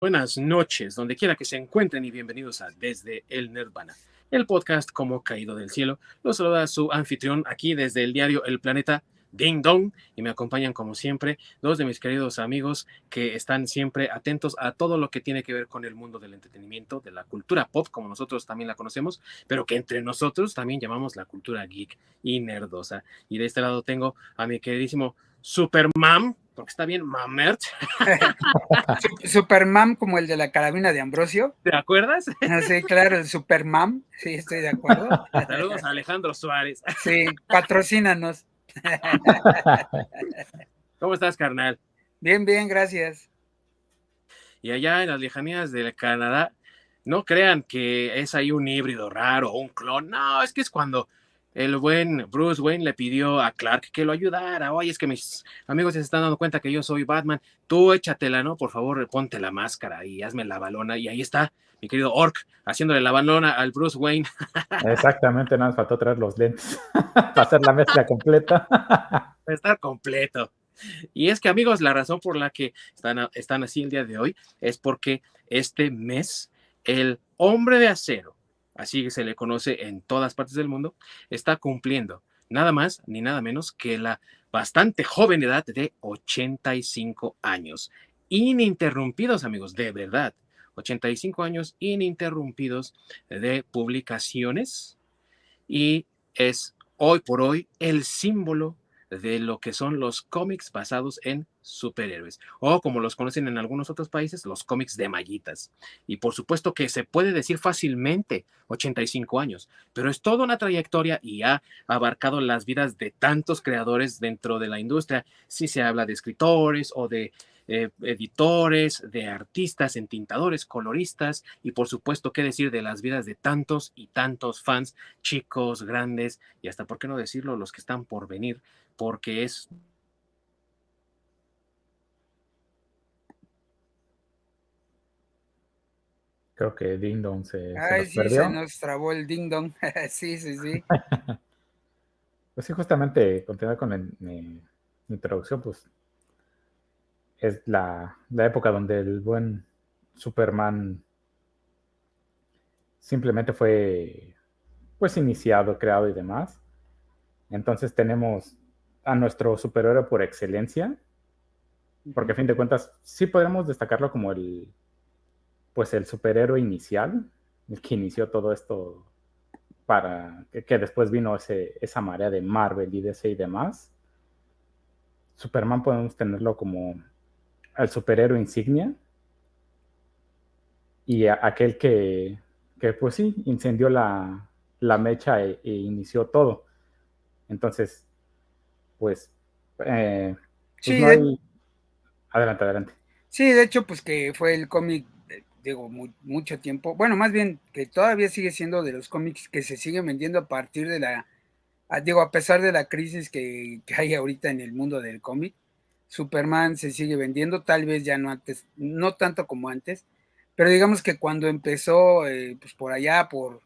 Buenas noches, donde quiera que se encuentren y bienvenidos a Desde el Nirvana, el podcast como caído del cielo. Los saluda su anfitrión aquí desde el diario El Planeta, Ding Dong, y me acompañan como siempre dos de mis queridos amigos que están siempre atentos a todo lo que tiene que ver con el mundo del entretenimiento, de la cultura pop, como nosotros también la conocemos, pero que entre nosotros también llamamos la cultura geek y nerdosa. Y de este lado tengo a mi queridísimo Superman, porque está bien, Mamert. Superman como el de la carabina de Ambrosio. ¿Te acuerdas? Sí, claro, el Superman. Sí, estoy de acuerdo. Saludos a Alejandro Suárez. Sí, patrocínanos. ¿Cómo estás, carnal? Bien, bien, gracias. Y allá en las lejanías del Canadá, no crean que es ahí un híbrido raro o un clon. No, es que es cuando el buen Bruce Wayne le pidió a Clark que lo ayudara. Oye, es que mis amigos se están dando cuenta que yo soy Batman. Tú échatela, ¿no? Por favor, ponte la máscara y hazme la balona. Y ahí está mi querido Orc haciéndole la balona al Bruce Wayne. Exactamente, nada más faltó traer los lentes para hacer la mezcla completa. Para estar completo. Y es que, amigos, la razón por la que están así el día de hoy es porque este mes el Hombre de Acero, así que se le conoce en todas partes del mundo, está cumpliendo nada más ni nada menos que la bastante joven edad de 85 años. Ininterrumpidos, amigos, de verdad. 85 años ininterrumpidos de publicaciones y es hoy por hoy el símbolo de lo que son los cómics basados en superhéroes, o como los conocen en algunos otros países, los cómics de mallitas. Y por supuesto que se puede decir fácilmente 85 años, pero es toda una trayectoria y ha abarcado las vidas de tantos creadores dentro de la industria, si se habla de escritores o de editores, de artistas, entintadores, coloristas y por supuesto qué decir de las vidas de tantos y tantos fans, chicos, grandes y hasta, ¿por qué no decirlo?, los que están por venir, porque es... Creo que Ding Dong se Ay, nos sí, se perdió. nos trabó el ding dong. Sí, sí, sí. Pues sí, justamente continuar con mi introducción, pues es la época donde el buen Superman simplemente fue pues iniciado, creado y demás. Entonces tenemos a nuestro superhéroe por excelencia, porque a fin de cuentas sí podemos destacarlo como el superhéroe inicial, el que inició todo esto para que después vino esa marea de Marvel y DC y demás. Superman podemos tenerlo como el superhéroe insignia y aquel que pues sí, incendió la mecha e inició todo. Entonces, pues, pues Sí, no hay... Adelante, adelante. sí, de hecho, pues que fue el cómic, digo, mucho tiempo. Bueno, más bien que todavía sigue siendo de los cómics que se siguen vendiendo a partir de digo, a pesar de la crisis que hay ahorita en el mundo del cómic. Superman se sigue vendiendo, tal vez ya no antes, no tanto como antes, pero digamos que cuando empezó, pues por allá, por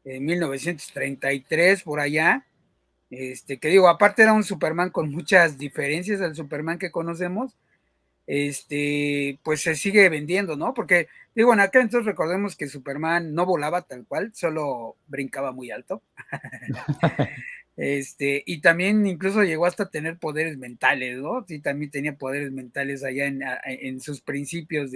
1933, por allá, que digo, aparte era un Superman con muchas diferencias al Superman que conocemos, pues se sigue vendiendo, ¿no? Porque, digo, en aquel entonces recordemos que Superman no volaba tal cual, solo brincaba muy alto. Y también incluso llegó hasta tener poderes mentales, ¿no? Sí, también tenía poderes mentales allá en sus principios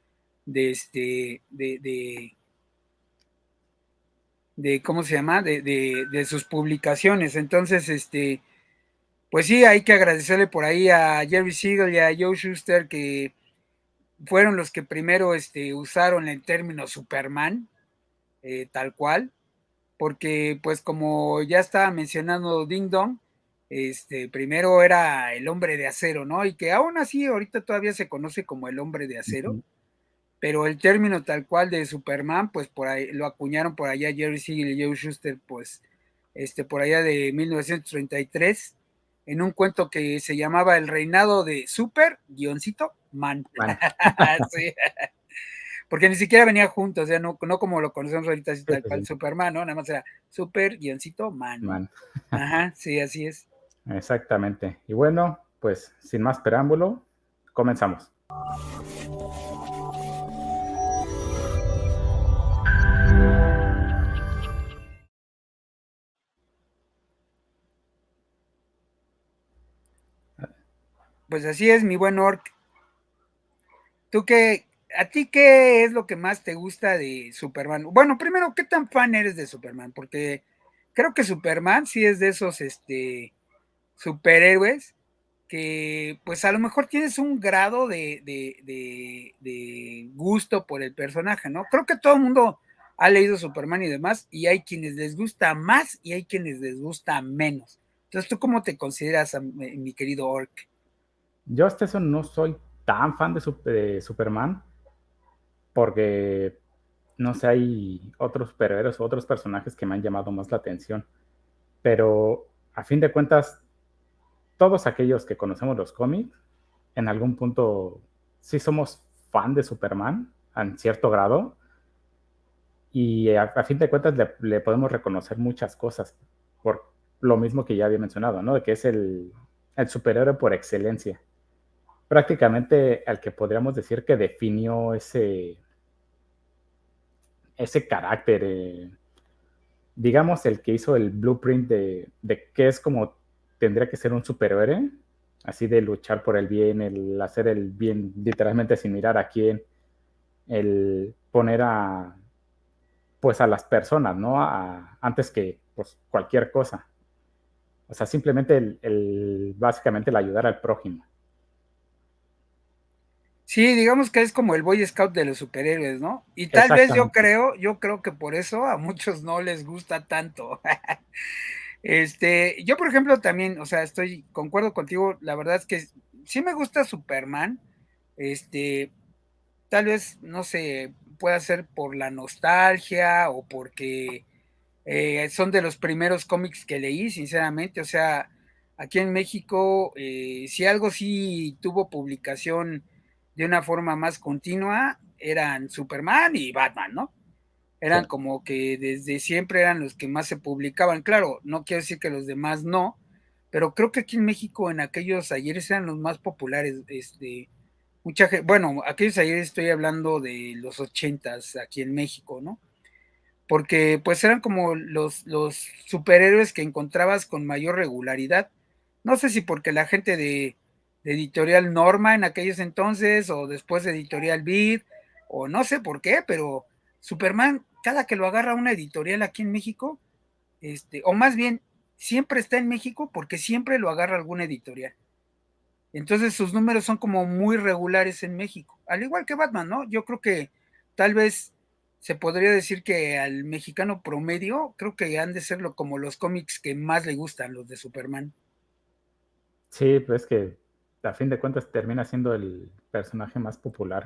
de ¿cómo se llama? De sus publicaciones. Entonces, pues sí, hay que agradecerle por ahí a Jerry Siegel y a Joe Shuster, que fueron los que primero usaron el término Superman, tal cual, porque pues como ya estaba mencionando Ding Dong, primero era el Hombre de Acero, ¿no? Y que aún así ahorita todavía se conoce como el Hombre de Acero, pero el término tal cual de Superman, pues por ahí lo acuñaron por allá Jerry Siegel y Joe Shuster, pues por allá de 1933, en un cuento que se llamaba El reinado de Super-Man. Sí. Porque ni siquiera venía juntos, o sea, no como lo conocemos ahorita, así tal cual, Superman, ¿no? Nada más era Super-Man, ¿no? Ajá, sí, así es. Exactamente. Y bueno, pues sin más preámbulo, comenzamos. Pues así es, mi buen Orc. ¿Tú qué, a ti qué es lo que más te gusta de Superman? Bueno, primero, ¿qué tan fan eres de Superman? Porque creo que Superman sí es de esos superhéroes que pues a lo mejor tienes un grado de gusto por el personaje, ¿no? Creo que todo el mundo ha leído Superman y demás, y hay quienes les gusta más y hay quienes les gusta menos. Entonces, ¿tú cómo te consideras, mi querido Orc? Yo hasta eso no soy tan fan de Superman, porque no sé, hay otros superhéroes o otros personajes que me han llamado más la atención. Pero a fin de cuentas, todos aquellos que conocemos los cómics, en algún punto sí somos fan de Superman, en cierto grado, y a fin de cuentas le podemos reconocer muchas cosas, por lo mismo que ya había mencionado, ¿no? De que es el superhéroe por excelencia. Prácticamente al que podríamos decir que definió ese carácter, digamos, el que hizo el blueprint de qué es como tendría que ser un superhéroe, así de luchar por el bien, el hacer el bien literalmente sin mirar a quién, el poner pues a las personas, ¿no? Antes que pues, cualquier cosa. O sea, simplemente básicamente el ayudar al prójimo. Sí, digamos que es como el Boy Scout de los superhéroes, ¿no? Y tal vez Exactamente. yo creo que por eso a muchos no les gusta tanto. Yo, por ejemplo, también, o sea, concuerdo contigo, la verdad es que sí me gusta Superman, este, tal vez, no sé, pueda ser por la nostalgia o porque son de los primeros cómics que leí, sinceramente, o sea, aquí en México, si algo sí tuvo publicación de una forma más continua, eran Superman y Batman, ¿no? Sí. Eran como que desde siempre eran los que más se publicaban. Claro, no quiero decir que los demás no, pero creo que aquí en México en aquellos ayeres eran los más populares. Mucha gente, bueno, aquellos ayeres estoy hablando de los 80s aquí en México, ¿no? Porque pues eran como los superhéroes que encontrabas con mayor regularidad. No sé si porque la gente de Editorial Norma en aquellos entonces o después de Editorial Vid o no sé por qué, pero Superman, cada que lo agarra una editorial aquí en México, o más bien, siempre está en México porque siempre lo agarra alguna editorial. Entonces sus números son como muy regulares en México, al igual que Batman, ¿no? Yo creo que tal vez se podría decir que al mexicano promedio, creo que han de serlo como los cómics que más le gustan, los de Superman. Sí, pues es que a fin de cuentas termina siendo el personaje más popular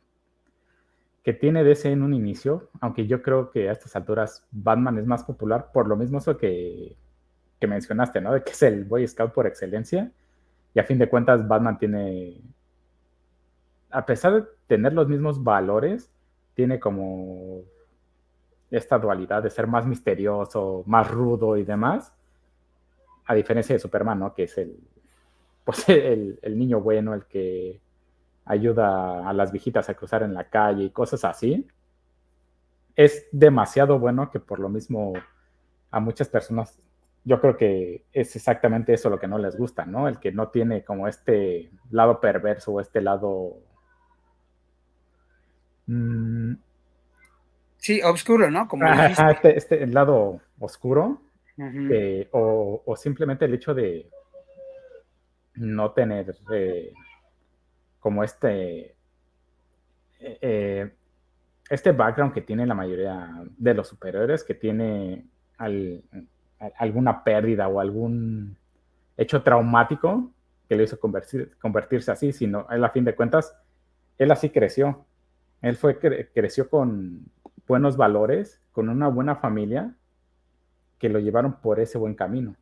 que tiene DC en un inicio, aunque yo creo que a estas alturas Batman es más popular por lo mismo eso que mencionaste, ¿no? De que es el Boy Scout por excelencia, y a fin de cuentas Batman tiene, a pesar de tener los mismos valores, tiene como esta dualidad de ser más misterioso, más rudo y demás, a diferencia de Superman, ¿no? Que es pues el niño bueno, el que ayuda a las viejitas a cruzar en la calle y cosas así. Es demasiado bueno que por lo mismo a muchas personas, yo creo que es exactamente eso lo que no les gusta, ¿no? El que no tiene como este lado perverso o este lado... Mmm, Sí, oscuro, ¿no? Como dijiste. este lado oscuro, Uh-huh. o simplemente el hecho de no tener como eh, este background que tiene la mayoría de los superhéroes, que tiene al, alguna pérdida o algún hecho traumático que le hizo convertirse así, sino él a fin de cuentas, él así creció. Él creció con buenos valores, con una buena familia que lo llevaron por ese buen camino.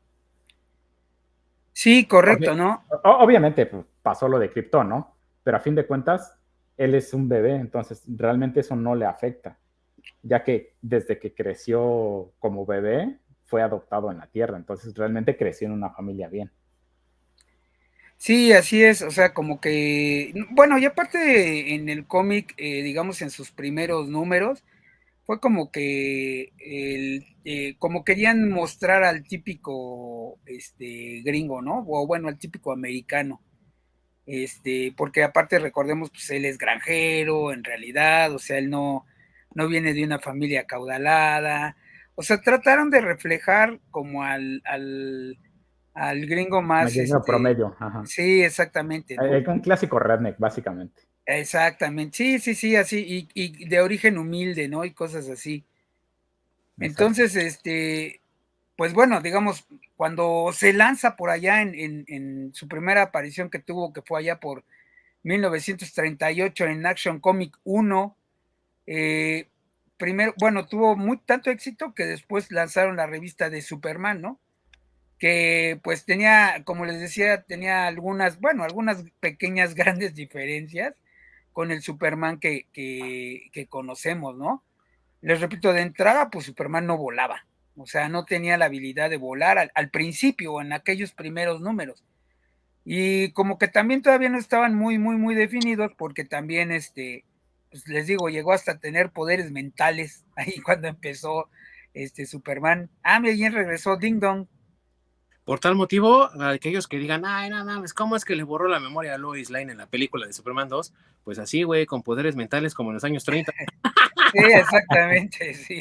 Sí, correcto, ¿no? Obviamente pues, pasó lo de Krypton, ¿no? Pero a fin de cuentas, él es un bebé, entonces realmente eso no le afecta, ya que desde que creció como bebé fue adoptado en la Tierra, entonces realmente creció en una familia bien. Sí, así es, o sea, como que, bueno, y aparte en el cómic, digamos en sus primeros números, fue como que como querían mostrar al típico gringo, ¿no? O bueno, al típico americano. porque aparte recordemos, pues él es granjero en realidad, o sea, él no viene de una familia acaudalada, o sea, trataron de reflejar como al gringo más, Gringo promedio, ajá. sí, exactamente, ¿no? Un clásico redneck, básicamente. Exactamente, sí, así, y de origen humilde, ¿no? Y cosas así. Exacto. Entonces, pues bueno, digamos, cuando se lanza por allá en su primera aparición que tuvo, que fue allá por 1938 en Action Comic 1, primero, bueno, tuvo tanto éxito que después lanzaron la revista de Superman, ¿no? Que pues tenía, como les decía, tenía algunas pequeñas, grandes diferencias con el Superman que conocemos, ¿no? Les repito, de entrada, pues Superman no volaba, o sea, no tenía la habilidad de volar al principio, en aquellos primeros números. Y como que también todavía no estaban muy definidos, porque también, pues les digo, llegó hasta tener poderes mentales ahí cuando empezó Superman. Bien regresó Ding Dong. Por tal motivo, aquellos que digan, ay, no mames, ¿cómo es que le borró la memoria a Lois Lane en la película de Superman 2? Pues así, güey, con poderes mentales como en los años 30. Sí, exactamente, sí.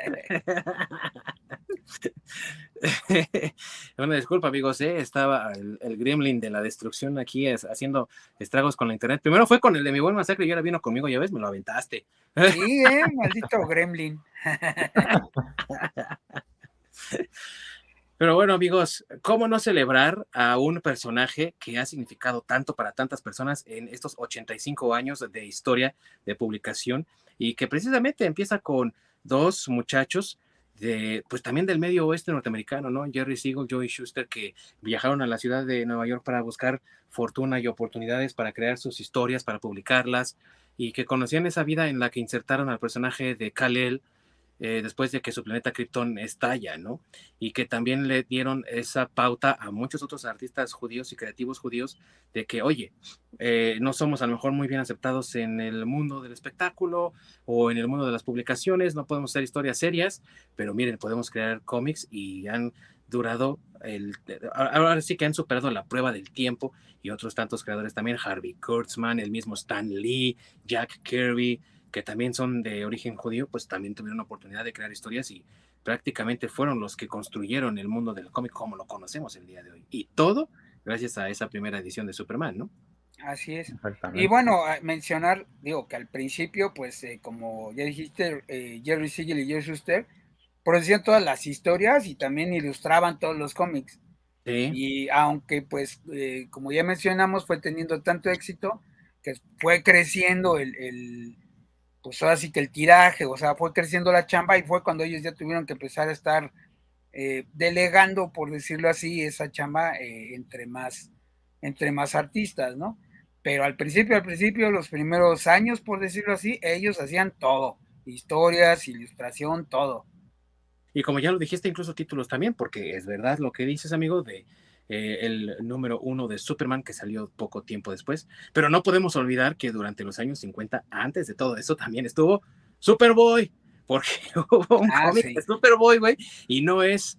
Una disculpa, amigos, estaba el gremlin de la destrucción aquí haciendo estragos con la internet. Primero fue con el de Mi Buen Masacre y ahora vino conmigo, ya ves, me lo aventaste. Sí, maldito gremlin. Pero bueno, amigos, ¿cómo no celebrar a un personaje que ha significado tanto para tantas personas en estos 85 años de historia de publicación y que precisamente empieza con dos muchachos pues también del medio oeste norteamericano, ¿no? Jerry Siegel, Joey Shuster, que viajaron a la ciudad de Nueva York para buscar fortuna y oportunidades para crear sus historias, para publicarlas, y que conocían esa vida en la que insertaron al personaje de Kal-El, después de que su planeta Krypton estalla, ¿no? Y que también le dieron esa pauta a muchos otros artistas judíos y creativos judíos de que, oye, no somos a lo mejor muy bien aceptados en el mundo del espectáculo o en el mundo de las publicaciones, no podemos hacer historias serias, pero miren, podemos crear cómics y han durado, ahora sí que han superado la prueba del tiempo, y otros tantos creadores también, Harvey Kurtzman, el mismo Stan Lee, Jack Kirby, que también son de origen judío, pues también tuvieron la oportunidad de crear historias y prácticamente fueron los que construyeron el mundo del cómic como lo conocemos el día de hoy. Y todo gracias a esa primera edición de Superman, ¿no? Así es. Y Exactamente. bueno, mencionar, digo, que al principio, pues como ya dijiste, Jerry Siegel y Joe Shuster producían todas las historias y también ilustraban todos los cómics. Sí. Y aunque, pues, como ya mencionamos, fue teniendo tanto éxito que fue creciendo pues ahora sí que el tiraje, o sea, fue creciendo la chamba y fue cuando ellos ya tuvieron que empezar a estar delegando, por decirlo así, esa chamba entre más artistas, ¿no? Pero al principio, los primeros años, por decirlo así, ellos hacían todo, historias, ilustración, todo. Y como ya lo dijiste, incluso títulos también, porque es verdad lo que dices, amigo, de el número 1 de Superman que salió poco tiempo después, pero no podemos olvidar que durante los años 50, antes de todo eso, también estuvo Superboy, porque hubo un cómic Sí. de Superboy, güey, y no es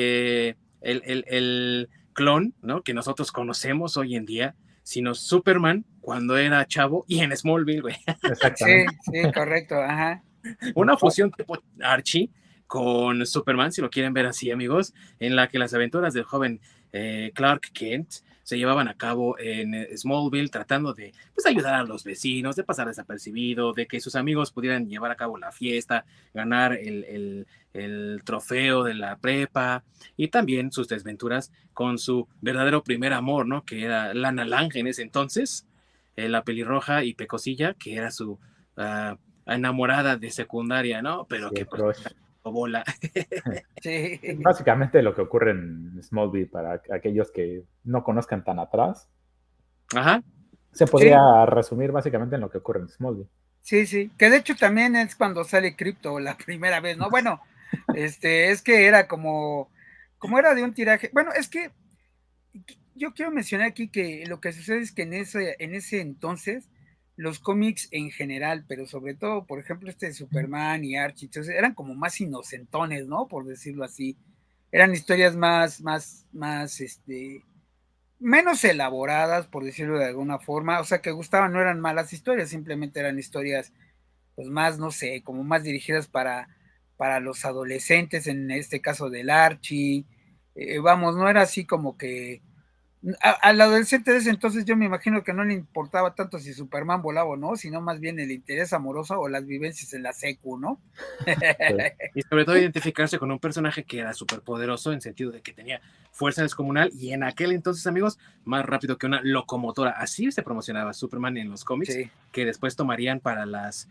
el clon, ¿no? Que nosotros conocemos hoy en día, sino Superman cuando era chavo y en Smallville, güey. Exactamente. Sí, correcto, ajá. Una fusión tipo Archie con Superman, si lo quieren ver así, amigos, en la que las aventuras del joven Clark Kent se llevaban a cabo en Smallville, tratando de pues, ayudar a los vecinos, de pasar desapercibido, de que sus amigos pudieran llevar a cabo la fiesta, ganar el trofeo de la prepa, y también sus desventuras con su verdadero primer amor, ¿no? Que era Lana Lang en ese entonces, la pelirroja y pecosilla, que era su enamorada de secundaria, ¿no? Pero Sí, que pues crush. bola. Sí. Básicamente lo que ocurre en Smallville, para aquellos que no conozcan tan atrás, Ajá. se podría resumir básicamente en lo que ocurre en Smallville. Sí, que de hecho también es cuando sale Crypto la primera vez, ¿no? Bueno, es que era como era de un tiraje, bueno, es que yo quiero mencionar aquí que lo que sucede es que en ese entonces los cómics en general, pero sobre todo, por ejemplo, de Superman y Archie, entonces eran como más inocentones, ¿no? Por decirlo así. Eran historias más, menos elaboradas, por decirlo de alguna forma, o sea, que gustaban, no eran malas historias, simplemente eran historias, pues más, no sé, como más dirigidas para los adolescentes, en este caso del Archie, vamos, no era así como que al adolescente de ese entonces yo me imagino que no le importaba tanto si Superman volaba o no, sino más bien el interés amoroso o las vivencias en la secu, ¿no? Sí. Y sobre todo identificarse con un personaje que era súper poderoso en sentido de que tenía fuerza descomunal y en aquel entonces, amigos, más rápido que una locomotora. Así se promocionaba Superman en los cómics, Sí. que después tomarían para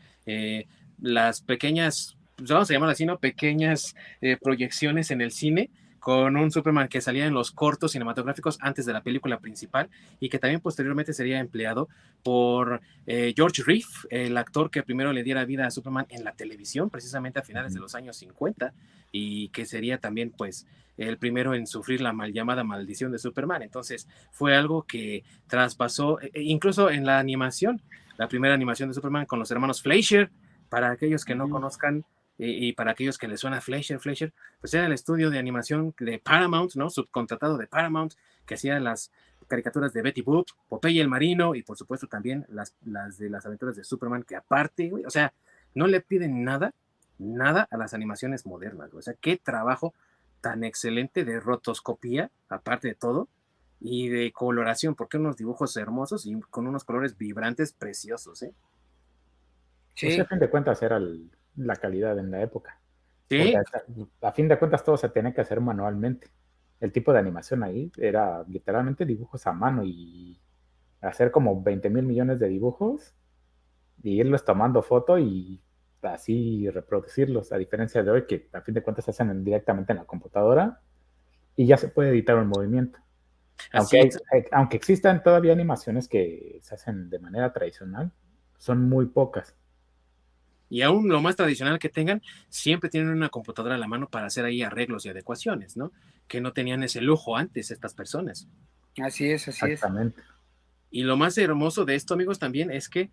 las pequeñas, pues vamos a llamarlo así, ¿no? Pequeñas proyecciones en el cine, con un Superman que salía en los cortos cinematográficos antes de la película principal y que también posteriormente sería empleado por George Reeve, el actor que primero le diera vida a Superman en la televisión, precisamente a finales de los años 50, y que sería también pues el primero en sufrir la mal llamada maldición de Superman. Entonces fue algo que traspasó, incluso en la animación, la primera animación de Superman con los hermanos Fleischer, para aquellos que no conozcan y para aquellos que les suena Fleischer, pues era el estudio de animación de Paramount, ¿no? Subcontratado de Paramount, que hacía las caricaturas de Betty Boop, Popeye el Marino y por supuesto también las de las aventuras de Superman, que aparte, güey, o sea, no le piden nada a las animaciones modernas, güey. O sea, qué trabajo tan excelente de rotoscopía, aparte de todo, y de coloración, porque unos dibujos hermosos y con unos colores vibrantes preciosos, ¿eh? Pues sí, a Sí, fin de cuentas era la calidad en la época. Porque Sí, a fin de cuentas todo se tenía que hacer manualmente. El tipo de animación ahí era literalmente dibujos a mano y hacer como 20,000 millones de dibujos y irlos tomando foto y así reproducirlos, a diferencia de hoy que a fin de cuentas se hacen directamente en la computadora y ya se puede editar un movimiento. así es. Aunque existan todavía animaciones que se hacen de manera tradicional, son muy pocas. Y aún lo más tradicional que tengan, siempre tienen una computadora a la mano para hacer ahí arreglos y adecuaciones, ¿no? Que no tenían ese lujo antes estas personas. así es, así es. Exactamente. Y lo más hermoso de esto, amigos, también es que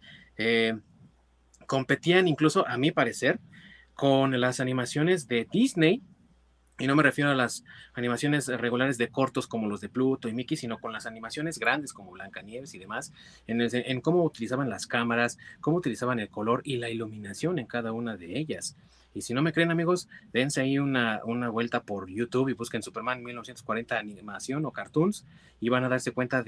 competían incluso, a mi parecer, con las animaciones de Disney. Y no me refiero a las animaciones regulares de cortos como los de Pluto y Mickey, sino con las animaciones grandes como Blancanieves y demás, en cómo utilizaban las cámaras, cómo utilizaban el color y la iluminación en cada una de ellas. Y si no me creen, amigos, dense ahí una vuelta por YouTube y busquen Superman 1940 animación o cartoons y van a darse cuenta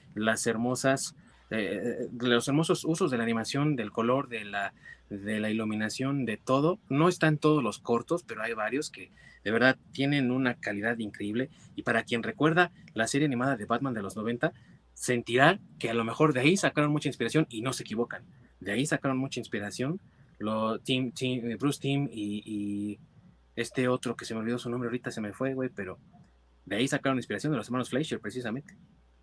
de los hermosos usos de la animación, del color, de la iluminación, de todo. No están todos los cortos, pero hay varios que de verdad tienen una calidad increíble. Y para quien recuerda la serie animada de Batman de los 90, sentirá que a lo mejor de ahí sacaron mucha inspiración y no se equivocan. De ahí sacaron mucha inspiración Bruce Timm y este otro que se me olvidó su nombre ahorita, se me fue, güey, pero de ahí sacaron inspiración de los hermanos Fleischer, precisamente.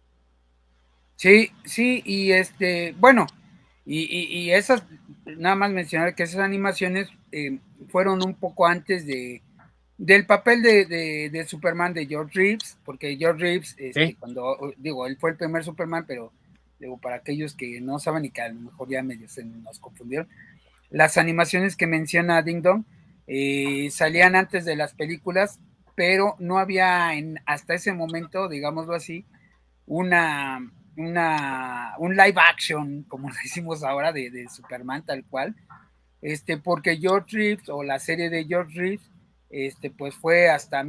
Sí, sí, y bueno, y esas, nada más mencionar que esas animaciones fueron un poco antes del papel de Superman de George Reeves, porque George Reeves, ¿Sí? cuando, digo, él fue el primer Superman, pero digo, para aquellos que no saben y que a lo mejor ya medio se nos confundieron, las animaciones que menciona Ding Dong salían antes de las películas, pero no había hasta ese momento, digámoslo así, una, un live action, como decimos ahora, de Superman tal cual, porque George Reeves o la serie de George Reeves, pues fue hasta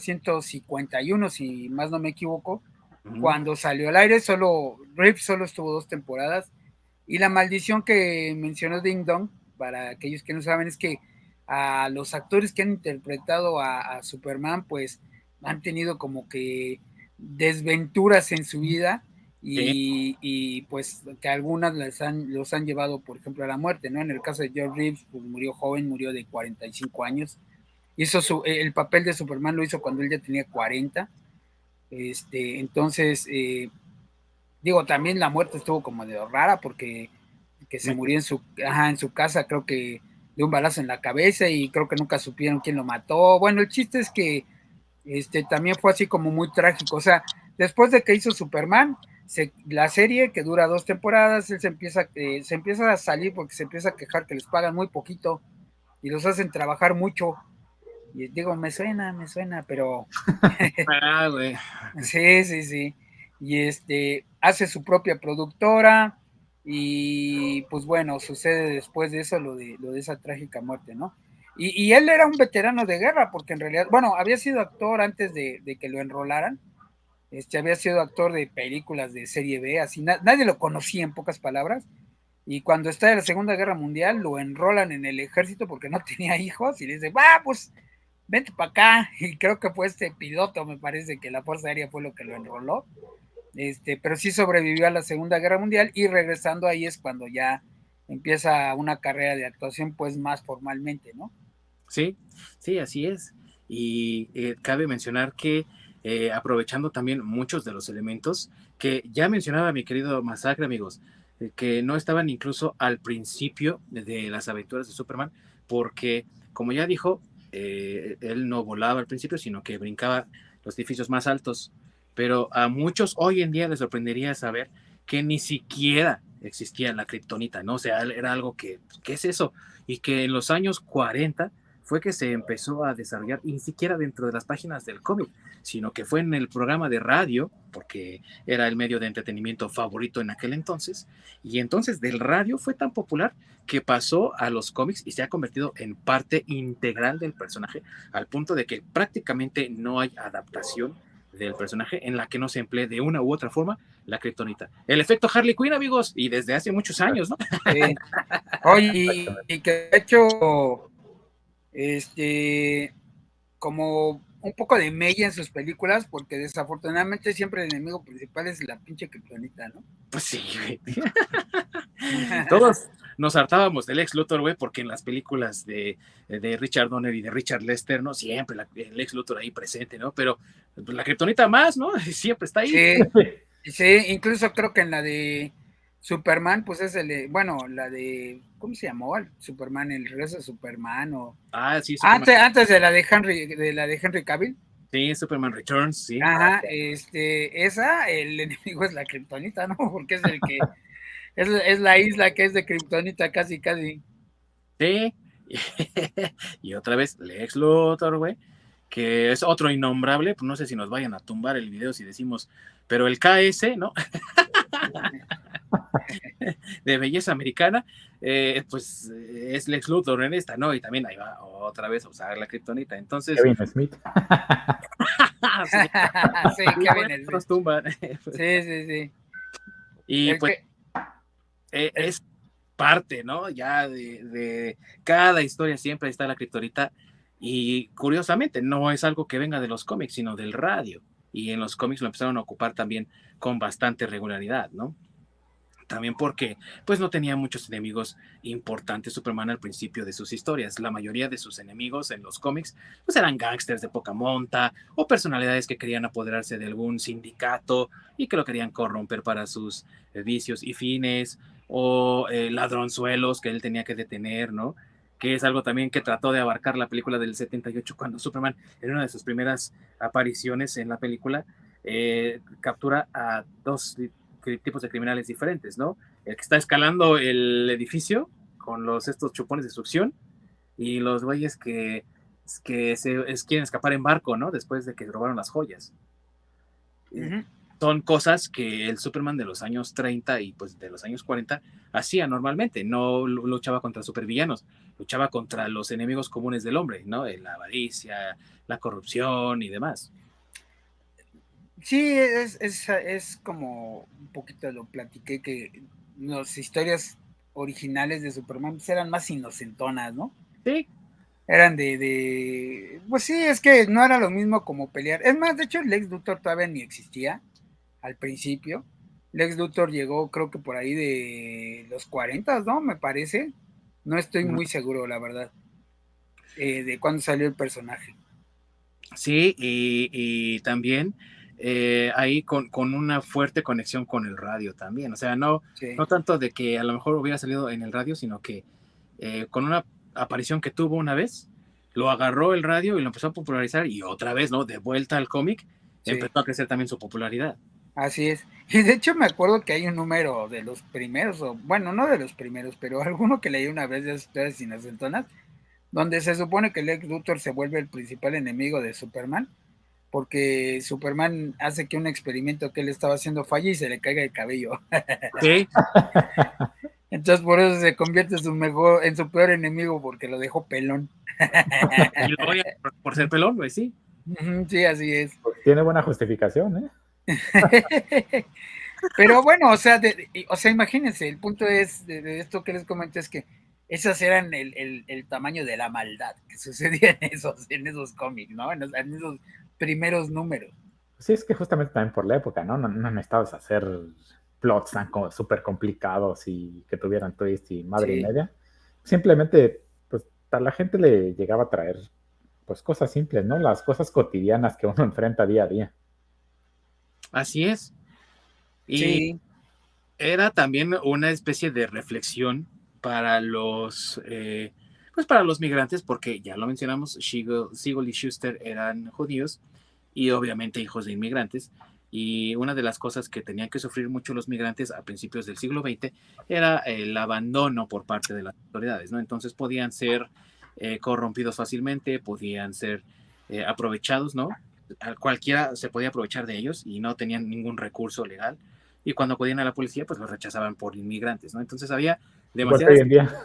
1951, si más no me equivoco, cuando salió al aire. Reeves solo estuvo 2 temporadas, y la maldición que mencionó Ding Dong, para aquellos que no saben, es que a los actores que han interpretado a Superman, pues han tenido como que desventuras en su vida, Sí, y pues que algunas los han llevado, por ejemplo, a la muerte, ¿no? En el caso de George Reeves, pues murió joven, murió de 45 años. El papel de Superman lo hizo cuando él ya tenía 40. Entonces, digo, también la muerte estuvo como de rara, porque que se murió en su casa, creo que de un balazo en la cabeza, y creo que nunca supieron quién lo mató. Bueno, el chiste es que también fue así como muy trágico. O sea, después de que hizo Superman, la serie que dura 2 temporadas, él se empieza a salir porque se empieza a quejar que les pagan muy poquito y los hacen trabajar mucho. Y digo, me suena, pero ah, güey. sí, sí, sí. y hace su propia productora, y pues bueno, sucede después de eso lo de esa trágica muerte, ¿no? Y él era un veterano de guerra, porque en realidad, bueno, había sido actor antes de que lo enrolaran, había sido actor de películas de serie B, así, nadie lo conocía en pocas palabras, y cuando está en la Segunda Guerra Mundial lo enrolan en el ejército porque no tenía hijos, y le dice, va, pues vente para acá, y creo que fue piloto, me parece que la Fuerza Aérea fue lo que lo enroló, pero sí sobrevivió a la Segunda Guerra Mundial, y regresando ahí es cuando ya empieza una carrera de actuación pues más formalmente, ¿no? Sí, sí, así es. Y cabe mencionar que aprovechando también muchos de los elementos que ya mencionaba mi querido Masacre, amigos, que no estaban incluso al principio de las aventuras de Superman, porque como ya dijo, él no volaba al principio, sino que brincaba los edificios más altos. Pero a muchos hoy en día les sorprendería saber que ni siquiera existía la kriptonita, ¿no? O sea, era algo que, ¿qué es eso? Y que en los años 40 fue que se empezó a desarrollar, y ni siquiera dentro de las páginas del cómic, sino que fue en el programa de radio, porque era el medio de entretenimiento favorito en aquel entonces, y entonces del radio fue tan popular que pasó a los cómics y se ha convertido en parte integral del personaje, al punto de que prácticamente no hay adaptación del personaje en la que no se emplee de una u otra forma la kriptonita. El efecto Harley Quinn, amigos, y desde hace muchos años, ¿no? Sí. Oye, y que de hecho como un poco de mella en sus películas, porque desafortunadamente siempre el enemigo principal es la pinche kriptonita, ¿no? Pues sí, güey. Todos nos hartábamos del Lex Luthor, güey, porque en las películas de Richard Donner y de Richard Lester, ¿no? Siempre el Lex Luthor ahí presente, ¿no? Pero pues, la kriptonita más, ¿no? Siempre está ahí. Sí, sí, incluso creo que en la de Superman, pues es bueno, la de, ¿cómo se llamó? Superman, el regreso de Superman, o Ah, sí, Superman. Antes de la de Henry Cavill. Sí, Superman Returns, sí. Ajá, el enemigo es la kriptonita, ¿no? Porque es el que es la isla que es de kriptonita casi, casi. Sí. Y otra vez, Lex Luthor, güey, que es otro innombrable, pues no sé si nos vayan a tumbar el video si decimos, pero el KS, ¿no? De belleza americana, pues es Lex Luthor en esta, ¿no? Y también ahí va otra vez a usar la kriptonita. Entonces. Kevin Smith. Sí, sí, Kevin Smith. Nos tumban. Sí, sí, sí. Y pues es parte, ¿no? Ya de cada historia siempre está la kriptonita. Y curiosamente, no es algo que venga de los cómics, sino del radio. Y en los cómics lo empezaron a ocupar también con bastante regularidad, ¿no? También porque pues no tenía muchos enemigos importantes Superman al principio de sus historias. La mayoría de sus enemigos en los cómics pues eran gángsters de poca monta o personalidades que querían apoderarse de algún sindicato y que lo querían corromper para sus vicios y fines, o ladronzuelos que él tenía que detener, ¿no? Que es algo también que trató de abarcar la película del 78, cuando Superman, en una de sus primeras apariciones en la película, captura a dos tipos de criminales diferentes, ¿no? El que está escalando el edificio con estos chupones de succión, y los güeyes que quieren escapar en barco, ¿no? Después de que robaron las joyas. Uh-huh. Son cosas que el Superman de los años 30 y pues de los años 40 hacía normalmente. No luchaba contra supervillanos, luchaba contra los enemigos comunes del hombre, ¿no? La avaricia, la corrupción y demás. Sí, es como un poquito lo platiqué, que las historias originales de Superman eran más inocentonas, ¿no? Sí. Eran pues sí, es que no era lo mismo como pelear. Es más, de hecho, Lex Luthor todavía ni existía al principio. Lex Luthor llegó, creo que por ahí de los 40, ¿no? Me parece. No estoy muy seguro, la verdad, de cuándo salió el personaje. Sí, y también ahí con una fuerte conexión con el radio también. O sea, no tanto de que a lo mejor hubiera salido en el radio, sino que con una aparición que tuvo una vez, lo agarró el radio y lo empezó a popularizar, y otra vez, ¿no? De vuelta al cómic, empezó a crecer también su popularidad. Así es. Y de hecho me acuerdo que hay un número de los primeros, o bueno, no de los primeros, pero alguno que leí una vez de esas historias inocentonas, donde se supone que Lex Luthor se vuelve el principal enemigo de Superman, porque Superman hace que un experimento que él estaba haciendo falle y se le caiga el cabello. Sí. Entonces por eso se convierte en su peor enemigo, porque lo dejó pelón. Y lo odia por ser pelón, güey, sí. Sí, así es. Pues tiene buena justificación, ¿eh? Pero bueno, o sea, imagínense, el punto es de esto que les comenté es que esos eran el tamaño de la maldad que sucedía en esos cómics, ¿no? En esos primeros números. Sí, es que justamente también por la época, ¿no? No necesitabas hacer plots tan súper complicados y que tuvieran twist y madre y Sí. media. Simplemente, pues, a la gente le llegaba a traer, pues, cosas simples, ¿no? Las cosas cotidianas que uno enfrenta día a día. Así es. Y Sí, era también una especie de reflexión para pues para los migrantes, porque ya lo mencionamos, Siegel y Schuster eran judíos y obviamente hijos de inmigrantes. Y una de las cosas que tenían que sufrir mucho los migrantes a principios del siglo XX era el abandono por parte de las autoridades, ¿no? Entonces podían ser corrompidos fácilmente, podían ser aprovechados, ¿no? Cualquiera se podía aprovechar de ellos y no tenían ningún recurso legal. Y cuando acudían a la policía, pues los rechazaban por inmigrantes, ¿no? Entonces había Igual que hoy demasiadas... en día.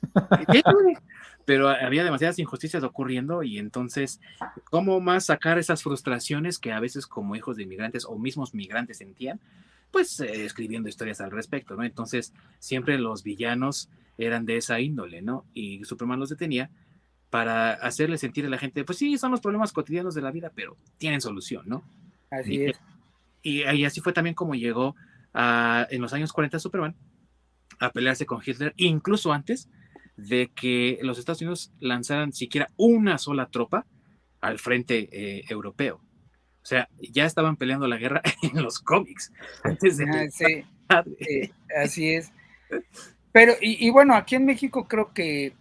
Pero había demasiadas injusticias ocurriendo y entonces, ¿cómo más sacar esas frustraciones que a veces como hijos de inmigrantes o mismos migrantes sentían? Pues escribiendo historias al respecto, ¿no? Entonces, siempre los villanos eran de esa índole, ¿no? Y Superman los detenía para hacerle sentir a la gente, pues sí, son los problemas cotidianos de la vida, pero tienen solución, ¿no? Y, así es. y así fue también como llegó en los años 40 Superman a pelearse con Hitler, incluso antes de que los Estados Unidos lanzaran siquiera una sola tropa al frente europeo. O sea, ya estaban peleando la guerra en los cómics antes de que... Sí, así es. Pero, y bueno, aquí en México creo que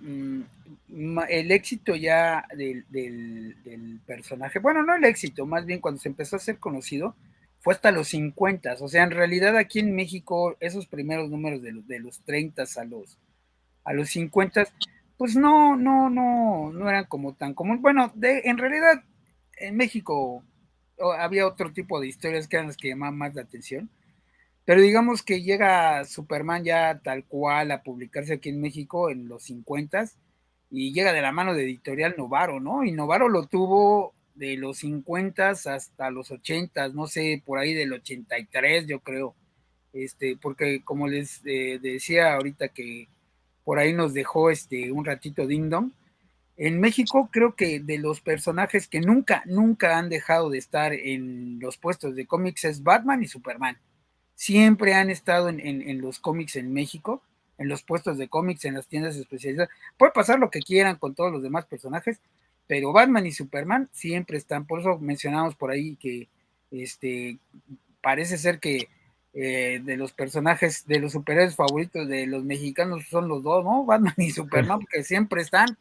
el éxito ya del personaje, bueno, no el éxito, más bien cuando se empezó a ser conocido, fue hasta los 50. O sea, en realidad aquí en México, esos primeros números de los 30 a los 50, pues no eran como tan común. Bueno, en realidad en México había otro tipo de historias que eran las que llamaban más la atención, pero digamos que llega Superman ya tal cual a publicarse aquí en México en los 50 y llega de la mano de Editorial Novaro, ¿no? Y Novaro lo tuvo de los 50 hasta los 80, no sé, por ahí del 83 yo creo, porque como les decía ahorita que por ahí nos dejó un ratito Ding Dong, en México creo que de los personajes que nunca han dejado de estar en los puestos de cómics es Batman y Superman. Siempre han estado en los cómics en México, en los puestos de cómics, en las tiendas especializadas. Puede pasar lo que quieran con todos los demás personajes, pero Batman y Superman siempre están. Por eso mencionamos por ahí que parece ser que de los personajes, de los superhéroes favoritos de los mexicanos son los dos, ¿no? Batman y Superman, porque siempre están.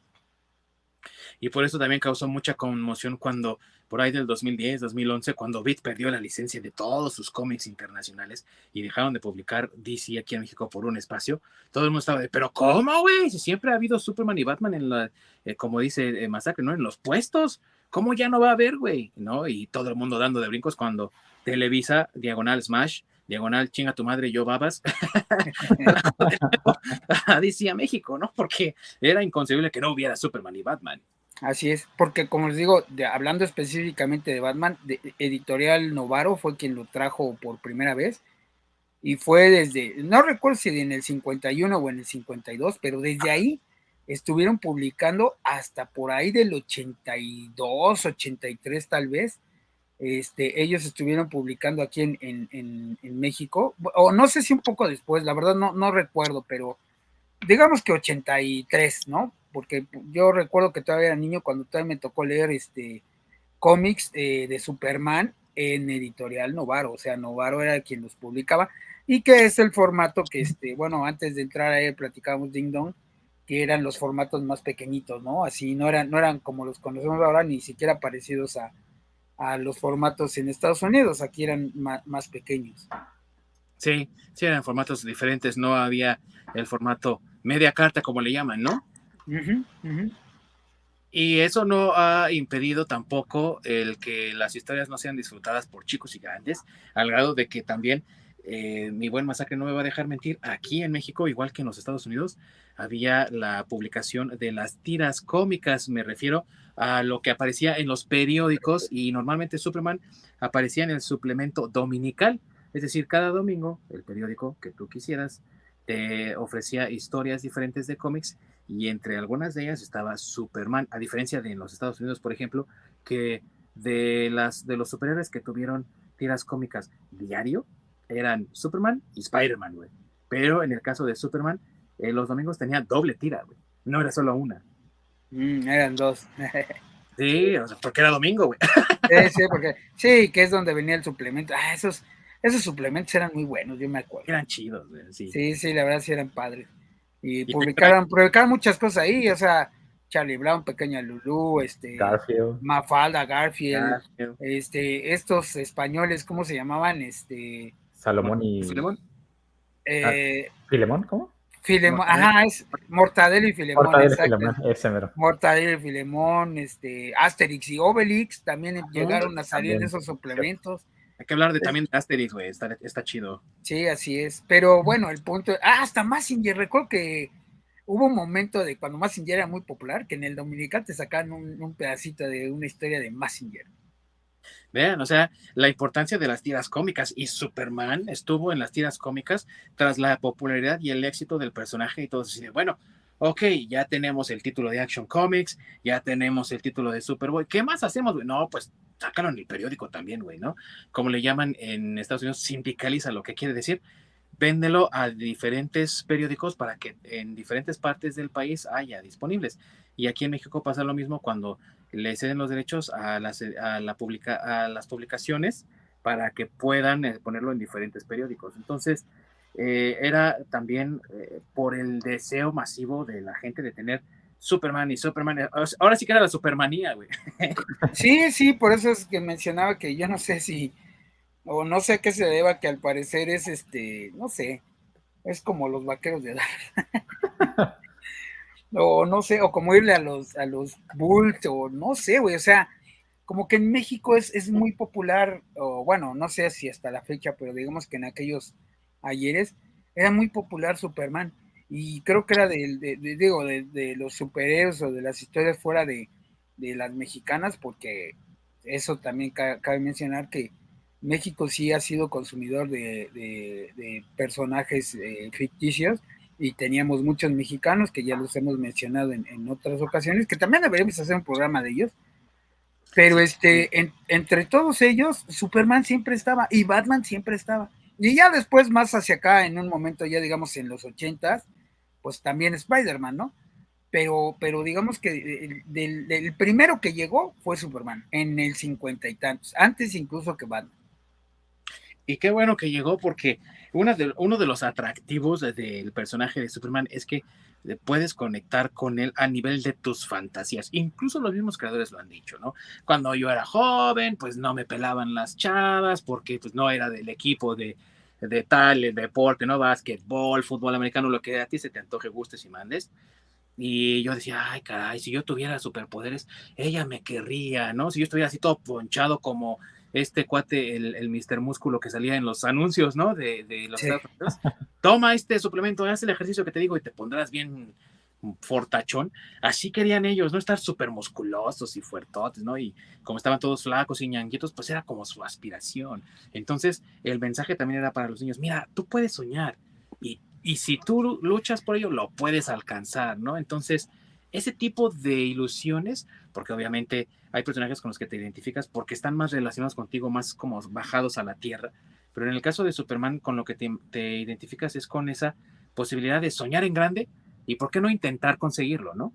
Y por eso también causó mucha conmoción cuando, por ahí del 2010, 2011, cuando Beat perdió la licencia de todos sus cómics internacionales y dejaron de publicar DC aquí en México por un espacio, todo el mundo estaba de, pero ¿cómo, güey? Si siempre ha habido Superman y Batman en la, como dice Masacre, ¿no? En los puestos, ¿cómo ya no va a haber, güey? ¿No? Y todo el mundo dando de brincos cuando Televisa, diagonal Smash, diagonal chinga tu madre, yo babas, a DC a México, ¿no? Porque era inconcebible que no hubiera Superman y Batman. Así es, porque como les digo, hablando específicamente de Batman, Editorial Novaro fue quien lo trajo por primera vez y fue desde, no recuerdo si en el 51 o en el 52, pero desde ahí estuvieron publicando hasta por ahí del 82, 83 tal vez. Ellos estuvieron publicando aquí en México, o no sé si un poco después, la verdad no recuerdo, pero digamos que 83, ¿no? Porque yo recuerdo que todavía era niño cuando todavía me tocó leer cómics de Superman en Editorial Novaro, o sea, Novaro era quien los publicaba y que es el formato que, bueno, antes de entrar ahí platicábamos Ding Dong, que eran los formatos más pequeñitos, ¿no? Así no eran como los conocemos ahora, ni siquiera parecidos a los formatos en Estados Unidos, aquí eran más pequeños. Sí, sí, eran formatos diferentes, no había el formato media carta, como le llaman, ¿no? Uh-huh, uh-huh. Y eso no ha impedido tampoco el que las historias no sean disfrutadas por chicos y grandes, al grado de que también mi buen Masacre no me va a dejar mentir, aquí en México, igual que en los Estados Unidos, había la publicación de las tiras cómicas, me refiero a lo que aparecía en los periódicos y normalmente Superman aparecía en el suplemento dominical, es decir, cada domingo el periódico que tú quisieras te ofrecía historias diferentes de cómics y entre algunas de ellas estaba Superman, a diferencia de en los Estados Unidos, por ejemplo, que de los superhéroes que tuvieron tiras cómicas diario eran Superman y Spider-Man, güey. Pero en el caso de Superman, los domingos tenía doble tira, güey. No era solo una. Eran dos. Sí, o sea, porque era domingo, güey. Sí, porque sí, que es donde venía el suplemento. Esos suplementos eran muy buenos, yo me acuerdo. Eran chidos, güey, sí. Sí, la verdad sí eran padres. Y Y publicaron muchas cosas ahí, o sea, Charlie Brown, Pequeña Lulú, Garfield. Mafalda, Garfield, Garfield. estos españoles, ¿cómo se llamaban? Salomón y Filemón. ¿Filemón? ¿Cómo? Filemón, ajá, es Mortadelo y Filemón, Mortadelo y exacto. Filemón, ese mero. Mortadelo y Filemón, Asterix y Obelix también llegaron a salir también. en esos suplementos. Hay que hablar también de Asterix, güey, está chido. Sí, así es. Pero bueno, el punto. Hasta Mazinger. Recuerdo que hubo un momento de cuando Mazinger era muy popular, que en el Dominical te sacaban un pedacito de una historia de Mazinger. Vean, o sea, la importancia de las tiras cómicas y Superman estuvo en las tiras cómicas tras la popularidad y el éxito del personaje y todo eso. Bueno, ok, ya tenemos el título de Action Comics, ya tenemos el título de Superboy. ¿Qué más hacemos, güey? No, pues sácalo en el periódico también, güey, ¿no? Como le llaman en Estados Unidos, sindicaliza, lo que quiere decir. Véndelo a diferentes periódicos para que en diferentes partes del país haya disponibles. Y aquí en México pasa lo mismo cuando le ceden los derechos a las publicaciones para que puedan ponerlo en diferentes periódicos. Entonces, era también por el deseo masivo de la gente de tener Superman y Superman. Ahora sí que era la Supermanía, güey. Sí, por eso es que mencionaba que yo no sé si, o no sé a qué se deba, que al parecer es no sé, es como los vaqueros de Dallas. O no sé, o como irle a los Bulls, o no sé, güey, o sea, como que en México es muy popular, o bueno, no sé si hasta la fecha, pero digamos que en aquellos ayeres era muy popular Superman, y creo que era de los superhéroes o de las historias fuera de las mexicanas, porque eso también cabe mencionar que México sí ha sido consumidor de personajes ficticios, y teníamos muchos mexicanos que ya los hemos mencionado en otras ocasiones, que también deberíamos hacer un programa de ellos, pero entre todos ellos, Superman siempre estaba y Batman siempre estaba. Y ya después, más hacia acá, en un momento ya digamos en los 80s, pues también Spider-Man, ¿no? Pero digamos que el primero que llegó fue Superman, en el 50 y tantos, antes incluso que Batman. Y qué bueno que llegó porque uno de los atractivos del personaje de Superman es que puedes conectar con él a nivel de tus fantasías. Incluso los mismos creadores lo han dicho, ¿no? Cuando yo era joven, pues no me pelaban las chavas porque pues no era del equipo de tal deporte, ¿no? Básquetbol, fútbol americano, lo que a ti se te antoje, gustes y mandes. Y yo decía, ay, caray, si yo tuviera superpoderes, ella me querría, ¿no? Si yo estuviera así todo ponchado como este cuate, el Mr. Músculo que salía en los anuncios, ¿no? De los Estados Unidos. Toma este suplemento, haz el ejercicio que te digo y te pondrás bien fortachón. Así querían ellos, ¿no? Estar súper musculosos y fuertotes, ¿no? Y como estaban todos flacos y ñanguitos, pues era como su aspiración. Entonces, el mensaje también era para los niños, mira, tú puedes soñar y si tú luchas por ello, lo puedes alcanzar, ¿no? Entonces, ese tipo de ilusiones, porque obviamente hay personajes con los que te identificas porque están más relacionados contigo, más como bajados a la tierra, pero en el caso de Superman, con lo que te identificas es con esa posibilidad de soñar en grande y por qué no intentar conseguirlo, ¿no?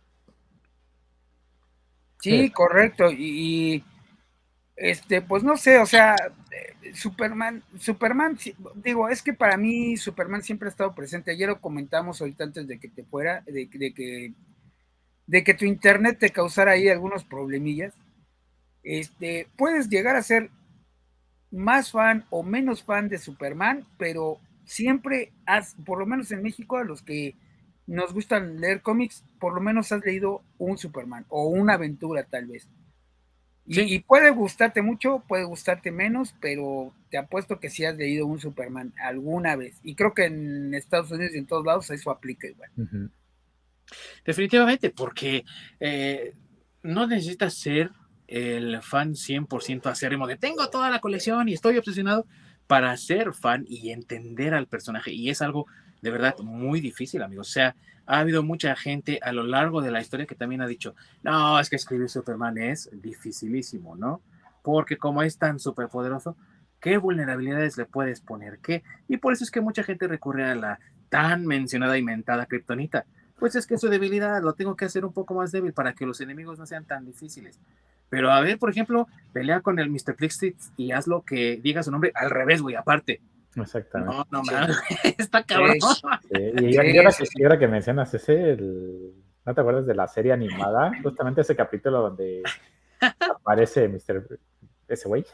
Sí, correcto, y pues no sé, o sea, Superman, digo, es que para mí Superman siempre ha estado presente. Ayer lo comentamos ahorita antes de que te fuera, de que tu internet te causara ahí algunos problemillas. Puedes llegar a ser más fan o menos fan de Superman, pero siempre por lo menos en México, a los que nos gusta leer cómics, por lo menos has leído un Superman o una aventura tal vez. Sí, Y puede gustarte mucho, puede gustarte menos, pero te apuesto que sí has leído un Superman alguna vez. Y creo que en Estados Unidos y en todos lados eso aplica igual. Ujú. definitivamente, porque no necesitas ser el fan 100% acérrimo de tengo toda la colección y estoy obsesionado para ser fan y entender al personaje. Y es algo de verdad muy difícil, amigos. O sea, ha habido mucha gente a lo largo de la historia que también ha dicho, no, es que escribir Superman es dificilísimo, ¿no? Porque como es tan superpoderoso, ¿qué vulnerabilidades le puedes poner? ¿Qué? Y por eso es que mucha gente recurre a la tan mencionada y mentada kriptonita. Pues es que su debilidad lo tengo que hacer un poco más débil para que los enemigos no sean tan difíciles. Pero a ver, por ejemplo, pelea con el Mr. Plixit y hazlo que diga su nombre al revés, güey, aparte. Exactamente. No, no Sí, mames, está cabrón. sí, Sí, y, y sí, ahora sí, que, y sí. ahora que mencionas ese, ¿no te acuerdas de la serie animada? Justamente ese capítulo donde aparece ese güey,